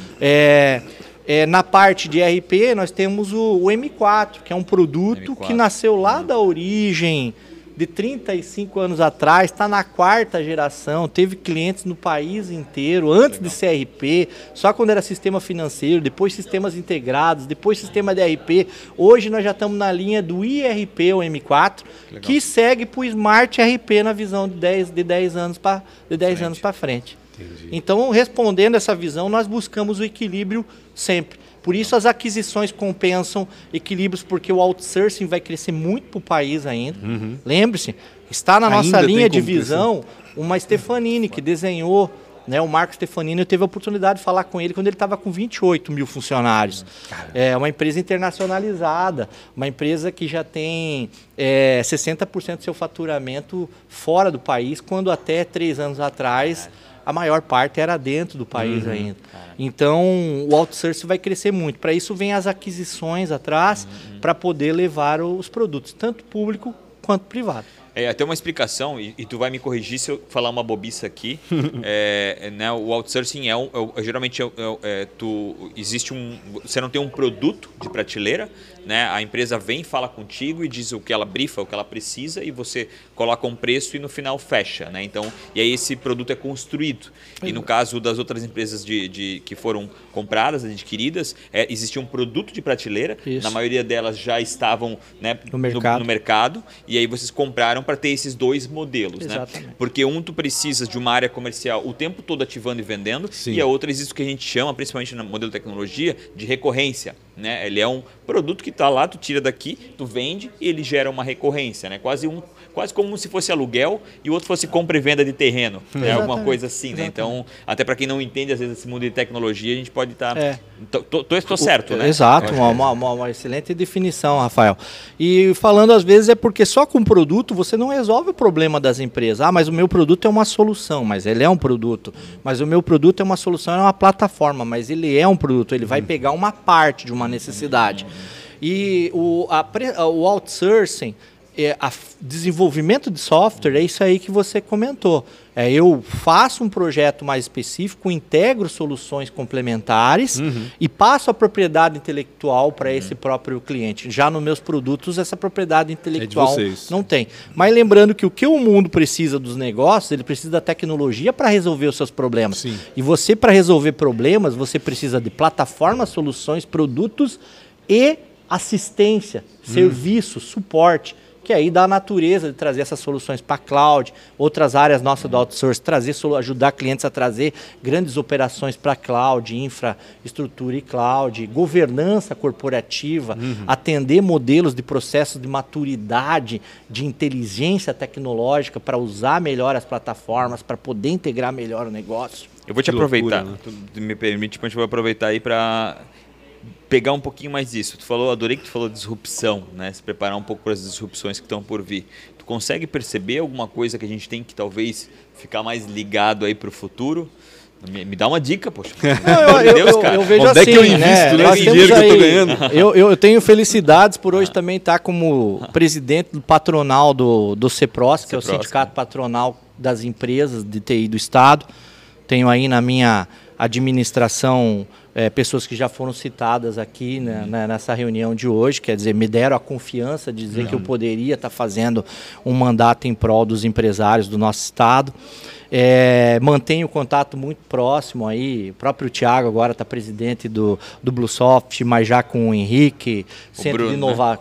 Na parte de RP, nós temos o M4, que é um produto que nasceu lá da origem de 35 anos atrás, está na 4ª geração, teve clientes no país inteiro, antes de CRP, só quando era sistema financeiro, depois sistemas integrados, depois sistema de RP. Hoje nós já estamos na linha do IRP, o M4, que segue para o Smart RP na visão de 10 anos para frente. Então, respondendo essa visão, nós buscamos o equilíbrio sempre. Por isso as aquisições compensam equilíbrios, porque o outsourcing vai crescer muito para o país ainda. Lembre-se, está na nossa linha de visão uma Stefanini, que desenhou, né, o Marco Stefanini. Eu tive a oportunidade de falar com ele quando ele estava com 28.000 funcionários. É uma empresa internacionalizada, uma empresa que já tem 60% do seu faturamento fora do país, quando até 3 anos atrás a maior parte era dentro do país ainda. Então, o outsourcing vai crescer muito. Para isso, vem as aquisições atrás para poder levar os produtos, tanto público quanto privado. Até uma explicação, e tu vai me corrigir se eu falar uma bobiça aqui. Né, o outsourcing geralmente você não tem um produto de prateleira, né? A empresa vem, fala contigo e diz o que ela brifa, o que ela precisa, e você coloca um preço e no final fecha, né? Então, e aí esse produto é construído. E no caso das outras empresas que foram compradas, adquiridas, existia um produto de prateleira. Isso. Na maioria delas já estavam, né, no mercado, e aí vocês compraram para ter esses dois modelos, né? Porque tu precisa de uma área comercial o tempo todo ativando e vendendo. Sim. E a outra existe o que a gente chama, principalmente no modelo de tecnologia, de recorrência, né? Ele é um produto que está lá, tu tira daqui, tu vende e ele gera uma recorrência, né? Quase como se fosse aluguel e o outro fosse compra e venda de terreno, né? Alguma coisa assim, né? Então, até para quem não entende às vezes esse mundo de tecnologia, a gente pode estar... Tô certo, né? Exato, uma excelente definição, Rafael. E falando às vezes é porque só com produto você não resolve o problema das empresas. Ah, mas o meu produto é uma solução, mas ele é um produto. Mas o meu produto é uma solução, é uma plataforma, mas ele é um produto, ele vai pegar uma parte de uma necessidade. E o outsourcing, desenvolvimento de software, é isso aí que você comentou. Eu faço um projeto mais específico, integro soluções complementares e passo a propriedade intelectual para esse próprio cliente. Já nos meus produtos, essa propriedade intelectual não tem. Mas lembrando que o que o mundo precisa dos negócios, ele precisa da tecnologia para resolver os seus problemas. Sim. E você, para resolver problemas, você precisa de plataformas, soluções, produtos e assistência, serviço, suporte, que aí dá a natureza de trazer essas soluções para cloud, outras áreas nossas do outsourcing, ajudar clientes a trazer grandes operações para cloud, infraestrutura e cloud, governança corporativa, atender modelos de processos de maturidade, de inteligência tecnológica para usar melhor as plataformas, para poder integrar melhor o negócio. Eu vou te aproveitar, né? Tu me permite, mas eu vou aproveitar aí para pegar um pouquinho mais disso. Adorei que tu falou de disrupção, né? Se preparar um pouco para as disrupções que estão por vir. Tu consegue perceber alguma coisa que a gente tem que talvez ficar mais ligado aí para o futuro? Me dá uma dica, poxa. Eu vejo onde assim, é que eu invisto, né? Esse dinheiro que eu tô ganhando. Eu tenho felicidades por hoje também estar como presidente do patronal do CEPROS, que é o Sindicato Patronal das Empresas de TI do Estado. Tenho aí na minha administração pessoas que já foram citadas aqui, né, nessa reunião de hoje, quer dizer, me deram a confiança de dizer que eu poderia estar fazendo um mandato em prol dos empresários do nosso estado. Mantenho contato muito próximo aí, o próprio Thiago agora está presidente do BlueSoft, mas já com o Henrique, Centro de Inovação,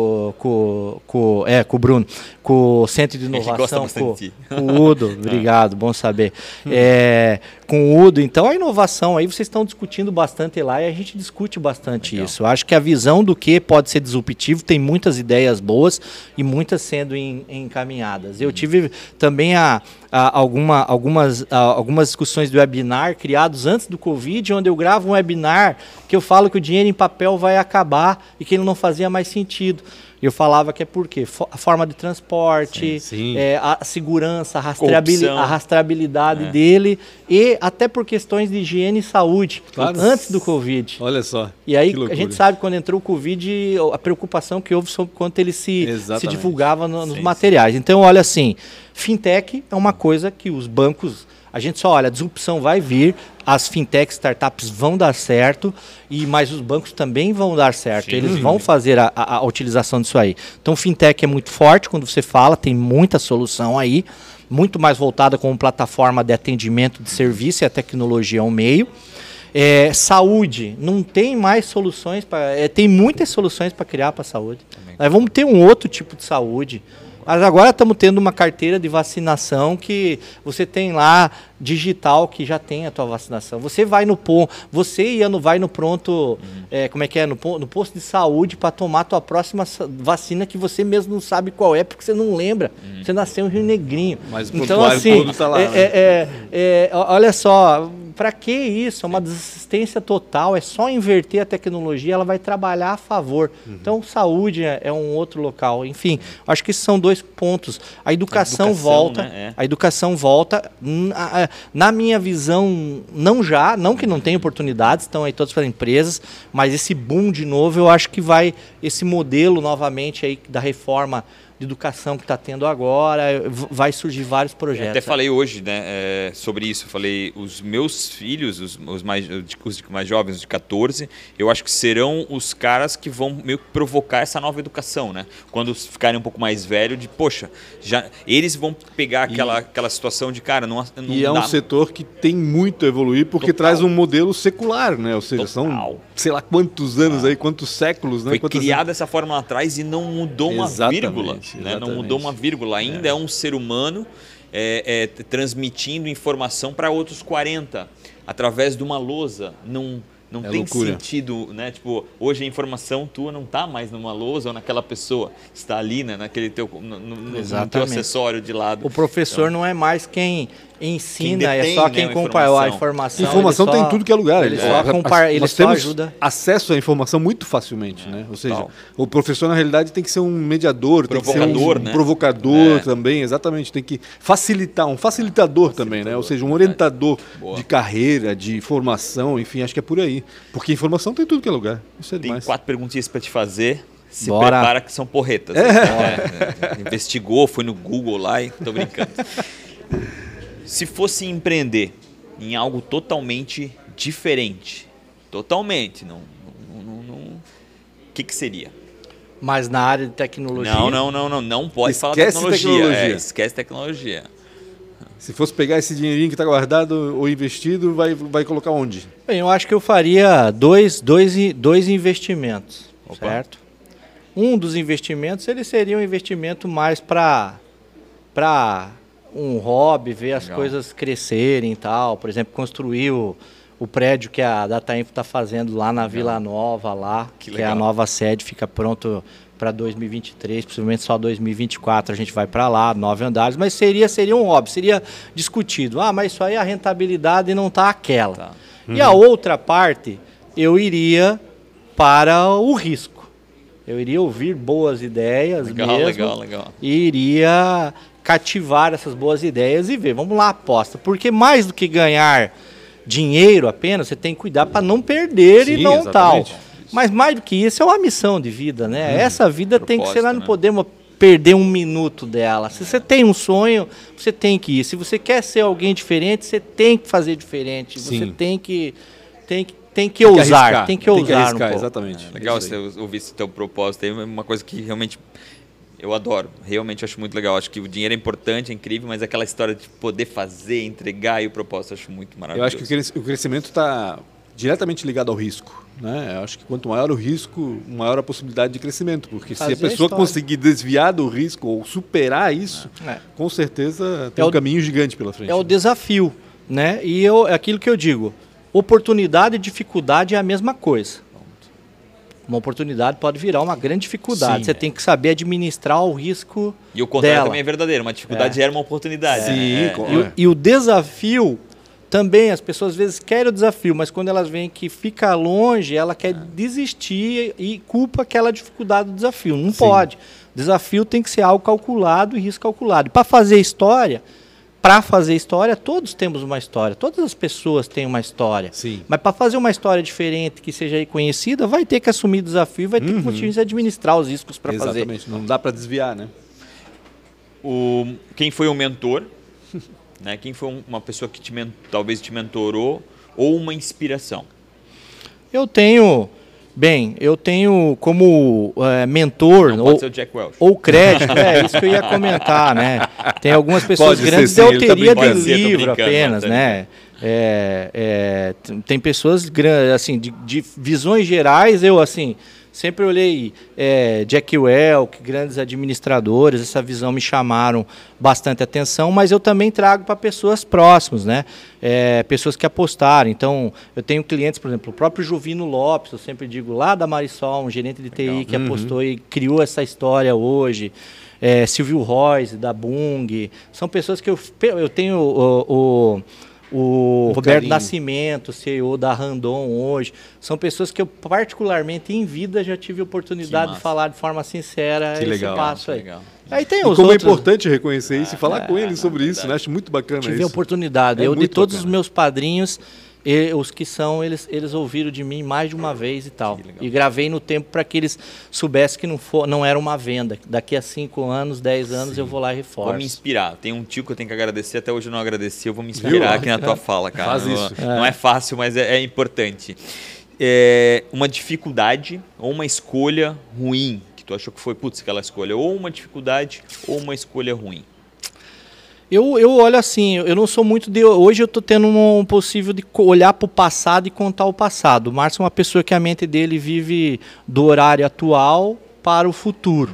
com o Bruno, com o Centro de Inovação, com o Udo, obrigado, bom saber. Com o Udo, então a inovação aí vocês estão discutindo bastante lá e a gente discute bastante isso. Eu acho que a visão do que pode ser disruptivo, tem muitas ideias boas e muitas sendo encaminhadas. Eu tive também algumas discussões do webinar criados antes do Covid, onde eu gravo um webinar que eu falo que o dinheiro em papel vai acabar e que ele não fazia mais sentido. Eu falava que é porque a forma de transporte, a segurança, a rastreabilidade dele e até por questões de higiene e saúde, antes do Covid. Olha só. E aí a gente sabe quando entrou o Covid, a preocupação que houve sobre quanto ele se divulgava nos materiais. Então, olha assim, fintech é uma coisa que os bancos... A gente só olha, a disrupção vai vir, as fintechs, startups vão dar certo, mas os bancos também vão dar certo. Eles vão fazer a utilização disso aí. Então, fintech é muito forte quando você fala, tem muita solução aí, muito mais voltada como plataforma de atendimento de serviço e a tecnologia ao meio. Saúde, não tem mais soluções, tem muitas soluções para criar para a saúde. Nós vamos ter um outro tipo de saúde. Mas agora estamos tendo uma carteira de vacinação que você tem lá digital que já tem a tua vacinação. Você vai no ponto, vai no pronto, no posto de saúde para tomar a tua próxima vacina que você mesmo não sabe qual é porque você não lembra. Você nasceu em Rio Negrinho. Mas então assim, todo tá lá, olha só. para que isso? É uma desassistência total, é só inverter a tecnologia, ela vai trabalhar a favor. Então, saúde é um outro local. Enfim, acho que esses são 2 pontos. A educação volta, né? A educação volta. Na minha visão, não que não tenha oportunidades, estão aí todas as empresas, mas esse boom de novo, eu acho que vai, esse modelo novamente aí da reforma de educação que está tendo agora, vai surgir vários projetos. Eu até falei hoje, né, sobre isso. Eu falei, os meus filhos, os mais jovens, os de 14, eu acho que serão os caras que vão meio que provocar essa nova educação, né? Quando ficarem um pouco mais velhos, poxa, eles vão pegar aquela situação de, cara, não e é um setor que tem muito a evoluir, porque traz um modelo secular, né? Ou seja, são, sei lá quantos anos aí, quantos séculos, né? Foi criada dessa forma lá atrás e não mudou uma vírgula. Né? Não mudou uma vírgula, ainda é um ser humano transmitindo informação para outros 40 através de uma lousa. Não tem loucura. Sentido, né? Tipo, hoje a informação tua não está mais numa lousa ou naquela pessoa, está ali, né? Naquele teu, no teu acessório de lado. O professor não é mais quem ensina, é só quem compara a informação. Informação tem em tudo que é lugar. Ele só ajuda. Acesso à informação muito facilmente, né? Ou seja, o professor na realidade tem que ser um mediador, tem que ser um provocador também, exatamente. Tem que facilitar, um facilitador também, né? Ou seja, um orientador de carreira, de formação, enfim, acho que é por aí. Porque informação tem em tudo que é lugar. Isso é demais. Tem 4 perguntinhas para te fazer. Se prepara que são porretas. Investigou, foi no Google lá e tô brincando. Se fosse empreender em algo totalmente diferente, totalmente, o que seria? Mas na área de tecnologia? Não pode falar tecnologia. Esquece tecnologia. Se fosse pegar esse dinheirinho que está guardado ou investido, vai colocar onde? Bem, eu acho que eu faria dois investimentos, certo? Um dos investimentos, ele seria um investimento mais para um hobby, ver as coisas crescerem e tal. Por exemplo, construir o prédio que a DataInfo está fazendo lá na Vila Nova, lá, que é a nova sede, fica pronto para 2023, possivelmente só 2024 a gente vai para lá, 9 andares, mas seria um hobby, seria discutido. Mas isso aí a rentabilidade não está aquela. Tá. E a outra parte, eu iria para o risco. Eu iria ouvir boas ideias legal. E iria cativar essas boas ideias e ver, vamos lá, aposta. Porque mais do que ganhar dinheiro apenas, você tem que cuidar para não perder e não exatamente. Tal. Mas mais do que isso, é uma missão de vida, né? Essa vida tem que ser, nós não podemos perder um minuto dela. Se você tem um sonho, você tem que ir. Se você quer ser alguém diferente, você tem que fazer diferente. Sim. Você tem que ousar. Tem que ousar arriscar, um pouco. Exatamente. Legal você ouvir esse teu propósito. É uma coisa que realmente eu adoro. Realmente acho muito legal. Acho que o dinheiro é importante, é incrível, mas aquela história de poder fazer, entregar e o propósito eu acho muito maravilhoso. Eu acho que o crescimento está diretamente ligado ao risco. Né? Eu acho que quanto maior o risco, maior a possibilidade de crescimento. Porque se a pessoa conseguir desviar do risco ou superar isso, com certeza tem um caminho gigante pela frente. É o desafio. Né? E é aquilo que eu digo. Oportunidade e dificuldade é a mesma coisa. Uma oportunidade pode virar uma grande dificuldade. Sim, você tem que saber administrar o risco dela. E o contrário também é verdadeiro. Uma dificuldade gera uma oportunidade. Sim, E o desafio, também as pessoas às vezes querem o desafio, mas quando elas veem que fica longe, ela quer desistir e culpa aquela dificuldade do desafio. Não pode. O desafio tem que ser algo calculado e risco calculado. E para fazer história, todos temos uma história. Todas as pessoas têm uma história. Sim. Mas para fazer uma história diferente, que seja conhecida, vai ter que assumir desafio, vai ter que conseguir administrar os riscos para fazer. Exatamente. Não dá para desviar, né? Quem foi o mentor? Né? Quem foi uma pessoa que talvez te mentorou ou uma inspiração? Eu tenho como mentor ou crédito, é isso que eu ia comentar, né? Tem algumas pessoas grandes, eu teria de livro apenas, né? Tem pessoas grandes, assim, de visões gerais, eu assim sempre olhei Jack Welch, grandes administradores, essa visão me chamaram bastante atenção, mas eu também trago para pessoas próximas, né? Pessoas que apostaram. Então, eu tenho clientes, por exemplo, o próprio Jovino Lopes, eu sempre digo, lá da Marisol, um gerente de TI que apostou e criou essa história hoje. Silvio Royce, da Bung, são pessoas que eu tenho o Roberto carinho. Nascimento, CEO da Randon hoje, são pessoas que eu particularmente em vida já tive oportunidade de falar de forma sincera Que esse legal, passo aí. legal. Aí tem E os como outros. é importante reconhecer isso e falar com eles sobre isso, né? Acho muito bacana Tive a isso. oportunidade. É Eu, de muito todos bacana. os meus padrinhos, os que são, eles ouviram de mim mais de uma vez e tal. E gravei no tempo para que eles soubessem que não era uma venda. Daqui a 5 anos, 10 anos, eu vou lá e reforço. Vou me inspirar. Tem um tio que eu tenho que agradecer, até hoje eu não agradeci, eu vou me inspirar aqui na tua fala, cara. Faz não, isso. Não é fácil, mas é importante. Uma dificuldade ou uma escolha ruim, que tu achou que foi, putz, aquela escolha, ou uma dificuldade ou uma escolha ruim. Eu olho assim, eu não sou muito de... Hoje eu estou tendo um possível de olhar para o passado e contar o passado. O Márcio é uma pessoa que a mente dele vive do horário atual para o futuro.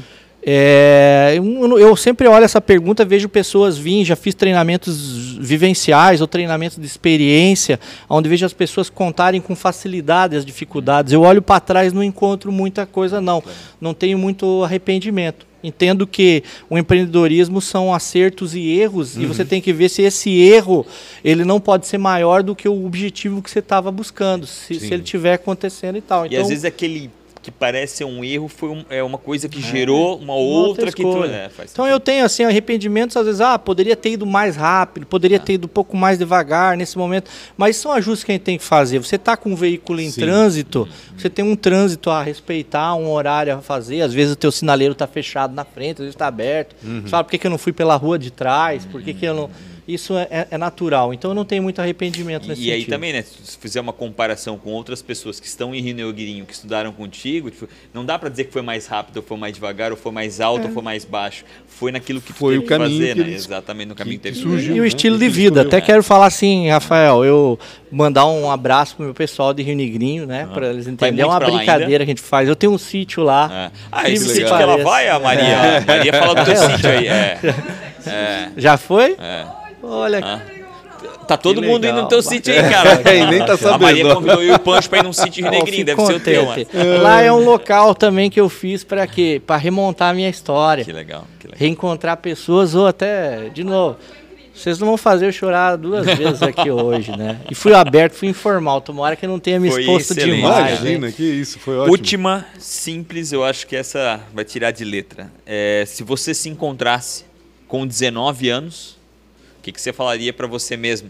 Eu sempre olho essa pergunta, vejo pessoas virem, já fiz treinamentos vivenciais ou treinamentos de experiência, onde vejo as pessoas contarem com facilidade as dificuldades. Eu olho para trás, não encontro muita coisa, não tenho muito arrependimento. Entendo que o empreendedorismo são acertos e erros, e você tem que ver se esse erro ele não pode ser maior do que o objetivo que você estava buscando, se ele estiver acontecendo e tal. E às vezes aquele que parece ser um erro foi uma coisa que gerou uma outra que tu... faz Então sentido. eu tenho assim arrependimentos, às vezes, poderia ter ido mais rápido, poderia ter ido um pouco mais devagar nesse momento, mas são ajustes que a gente tem que fazer. Você está com um veículo em trânsito, você tem um trânsito a respeitar, um horário a fazer, às vezes o teu sinaleiro está fechado na frente, às vezes está aberto. Você fala, por que eu não fui pela rua de trás? Por que eu não... Isso é natural, então eu não tenho muito arrependimento nesse sentido. E aí também, né, se fizer uma comparação com outras pessoas que estão em Rio Negrinho, que estudaram contigo, tipo, não dá para dizer que foi mais rápido, ou foi mais devagar, ou foi mais alto, ou foi mais baixo. Foi naquilo que tu Foi teve o caminho que fazer, que né? eles- Exatamente no caminho que teve que surgiu. fazer. E o estilo de Isso vida. escolheu. Até quero falar assim, Rafael, eu mandar um abraço pro meu pessoal de Rio Negrinho, né? Para eles entenderem. É muito uma pra lá brincadeira que a gente faz. Eu tenho um sítio lá. Esse Incrível sítio que que ela pareça. vai, a Maria. A Maria fala do teu sítio aí. Já foi? Olha, Tá todo Que mundo legal, indo no teu sítio aí, cara. E nem tá A Maria sabendo. convidou eu e o Pancho pra ir num sítio em Rio ó, Negrinho, fico deve ser o teu. contente. Mano. Lá é um local também que eu fiz para quê? Para remontar a minha história. Que legal, que legal. Reencontrar pessoas ou até, de novo, vocês não vão fazer eu chorar 2 vezes aqui hoje, né? E fui aberto, fui informal. Tomara que eu não tenha me Foi exposto excelente, demais. Imagina, né? que isso, foi ótimo. Última, simples, eu acho que essa vai tirar de letra. Se você se encontrasse com 19 anos, o que você falaria pra você mesmo?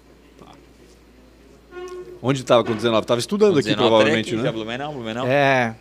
Onde estava com 19? Estava estudando Com aqui, 19, provavelmente, já né? Blumenau? É.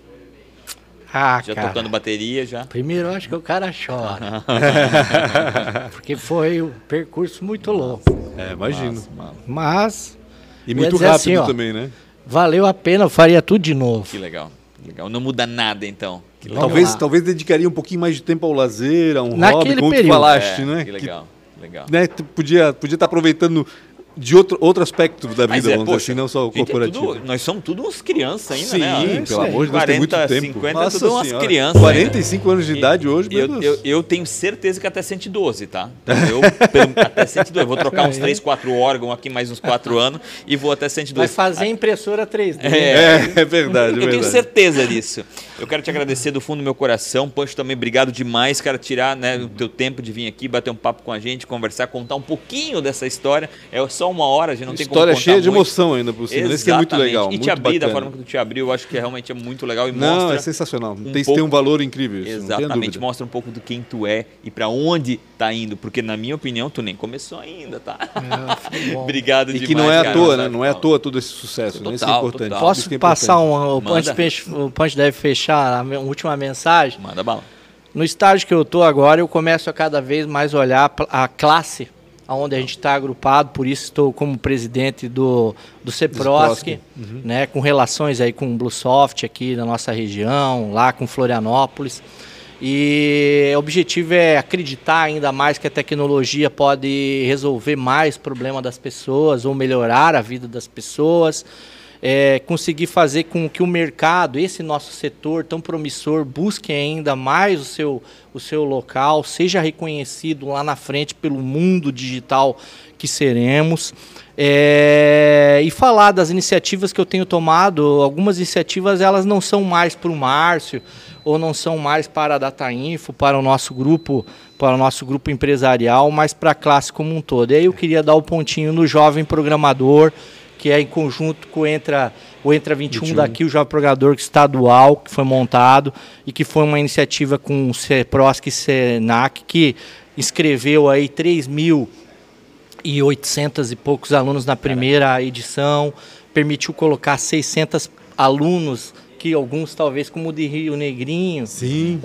Já Cara. tocando bateria, já? Primeiro, eu acho que o cara chora. Porque foi um percurso muito louco. É, imagino. Nossa, mano, Mas E ia muito dizer rápido assim, ó, também, né? valeu a pena, eu faria tudo de novo. que legal. Legal. Não muda nada, então. Que legal. Vamos lá. Talvez dedicaria um pouquinho mais de tempo ao lazer, a um Naquele hobby, como tu período. falaste, né? Que legal, legal. Né, tu podia estar aproveitando de outro aspecto da Mas vida, vamos dizer poxa, assim, não só o gente, corporativo. nós somos tudo uns crianças ainda, Sim, né? pelo amor de Deus, tem muito 40, tempo. 50, Nossa tudo umas Senhora, crianças. 45 anos de idade hoje, meu Deus. Eu tenho certeza que até 112, tá? Até 112. Vou trocar uns 3, 4 órgãos aqui, mais uns 4 anos, e vou até 112. Vai fazer impressora 3D. É verdade, Eu tenho certeza disso. Eu quero te agradecer do fundo do meu coração. Pancho, também obrigado demais, cara, tirar, né, o teu tempo de vir aqui, bater um papo com a gente, conversar, contar um pouquinho dessa história. É só 1 hora, a gente não tem como História contar cheia de muito. emoção ainda por cima. Isso que é muito Exatamente. legal. E muito te abrir da bacana. forma que tu te abriu, eu acho que realmente é muito legal e Não, mostra... é sensacional. um Tem pouco- um valor incrível isso, não tenha Exatamente, dúvida. mostra um pouco do quem tu é e pra onde tá indo, porque na minha opinião tu nem começou ainda, tá? foi bom. Obrigado E demais, que não é à cara. toa, né? Não é à toa todo esse sucesso, né? Isso é Total, importante. total. Posso Isso que é passar importante. o Punch deve fechar a última mensagem? Manda bala. No estágio que eu estou agora, eu começo a cada vez mais olhar a classe onde a gente está agrupado, por isso estou como presidente do CEPROSC, né, com relações aí com o Bluesoft aqui na nossa região, lá com Florianópolis. E o objetivo é acreditar ainda mais que a tecnologia pode resolver mais problema das pessoas ou melhorar a vida das pessoas. Conseguir fazer com que o mercado, esse nosso setor tão promissor, busque ainda mais o seu local, seja reconhecido lá na frente pelo mundo digital que seremos. E falar das iniciativas que eu tenho tomado. Algumas iniciativas elas não são mais para o Márcio, ou não são mais para a Datainfo, para o nosso grupo empresarial, mas para a classe como um todo. E aí eu queria dar o pontinho no Jovem Programador, que é em conjunto com o Entra 21 daqui, o Jovem Programador estadual, que foi montado, e que foi uma iniciativa com o CEPROSC e SENAC, que inscreveu aí 3.800 e poucos alunos na primeira edição, permitiu colocar 600 alunos, que alguns talvez como o de Rio Negrinho, sim,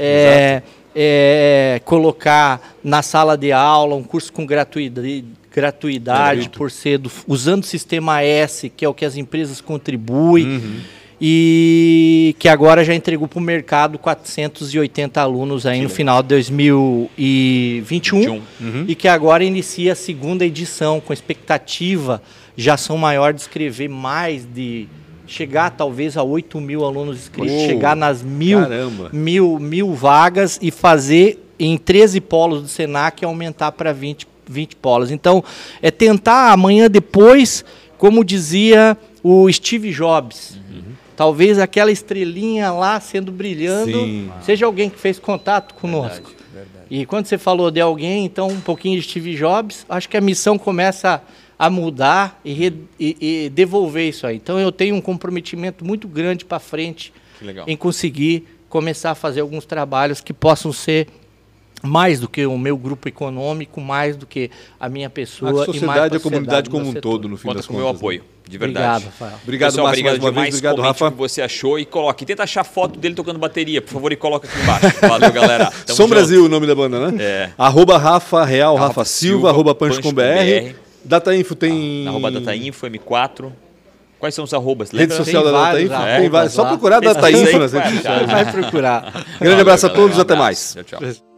colocar na sala de aula um curso com gratuidade por ser usando o sistema S, que é o que as empresas contribuem, e que agora já entregou para o mercado 480 alunos aí no final de 2021, e que agora inicia a segunda edição, com expectativa, já são maior de escrever mais de... chegar talvez a 8.000 alunos inscritos, chegar nas mil vagas e fazer em 13 polos do Senac aumentar para 20 polos. Então, é tentar amanhã depois, como dizia o Steve Jobs, talvez aquela estrelinha lá sendo brilhando, seja alguém que fez contato conosco. Verdade. E quando você falou de alguém, então um pouquinho de Steve Jobs, acho que a missão começa a mudar e devolver isso aí. Então eu tenho um comprometimento muito grande para frente em conseguir começar a fazer alguns trabalhos que possam ser mais do que o meu grupo econômico, mais do que a minha pessoa. A sociedade e a comunidade como um todo, no fim das contas. Conta com o meu apoio, de verdade. Obrigado, Rafael. Obrigado, pessoal, Márcio, mais uma demais. vez. Obrigado, Rafa. O que você achou e coloque. Tenta achar foto dele tocando bateria, por favor, e coloca aqui embaixo. Valeu, galera. Tamo Som junto. Brasil, o nome da banda, né? @Rafa Real, Rafa Silva, @punch.com.br. Datainfo tem... @Datainfo, M4. Quais são os arrobas? Rede social da Datainfo? Tem vários. Só lá. procurar Datainfo nas redes Vai sociais. Vai procurar. Grande abraço a todos, até mais. Tchau, tchau.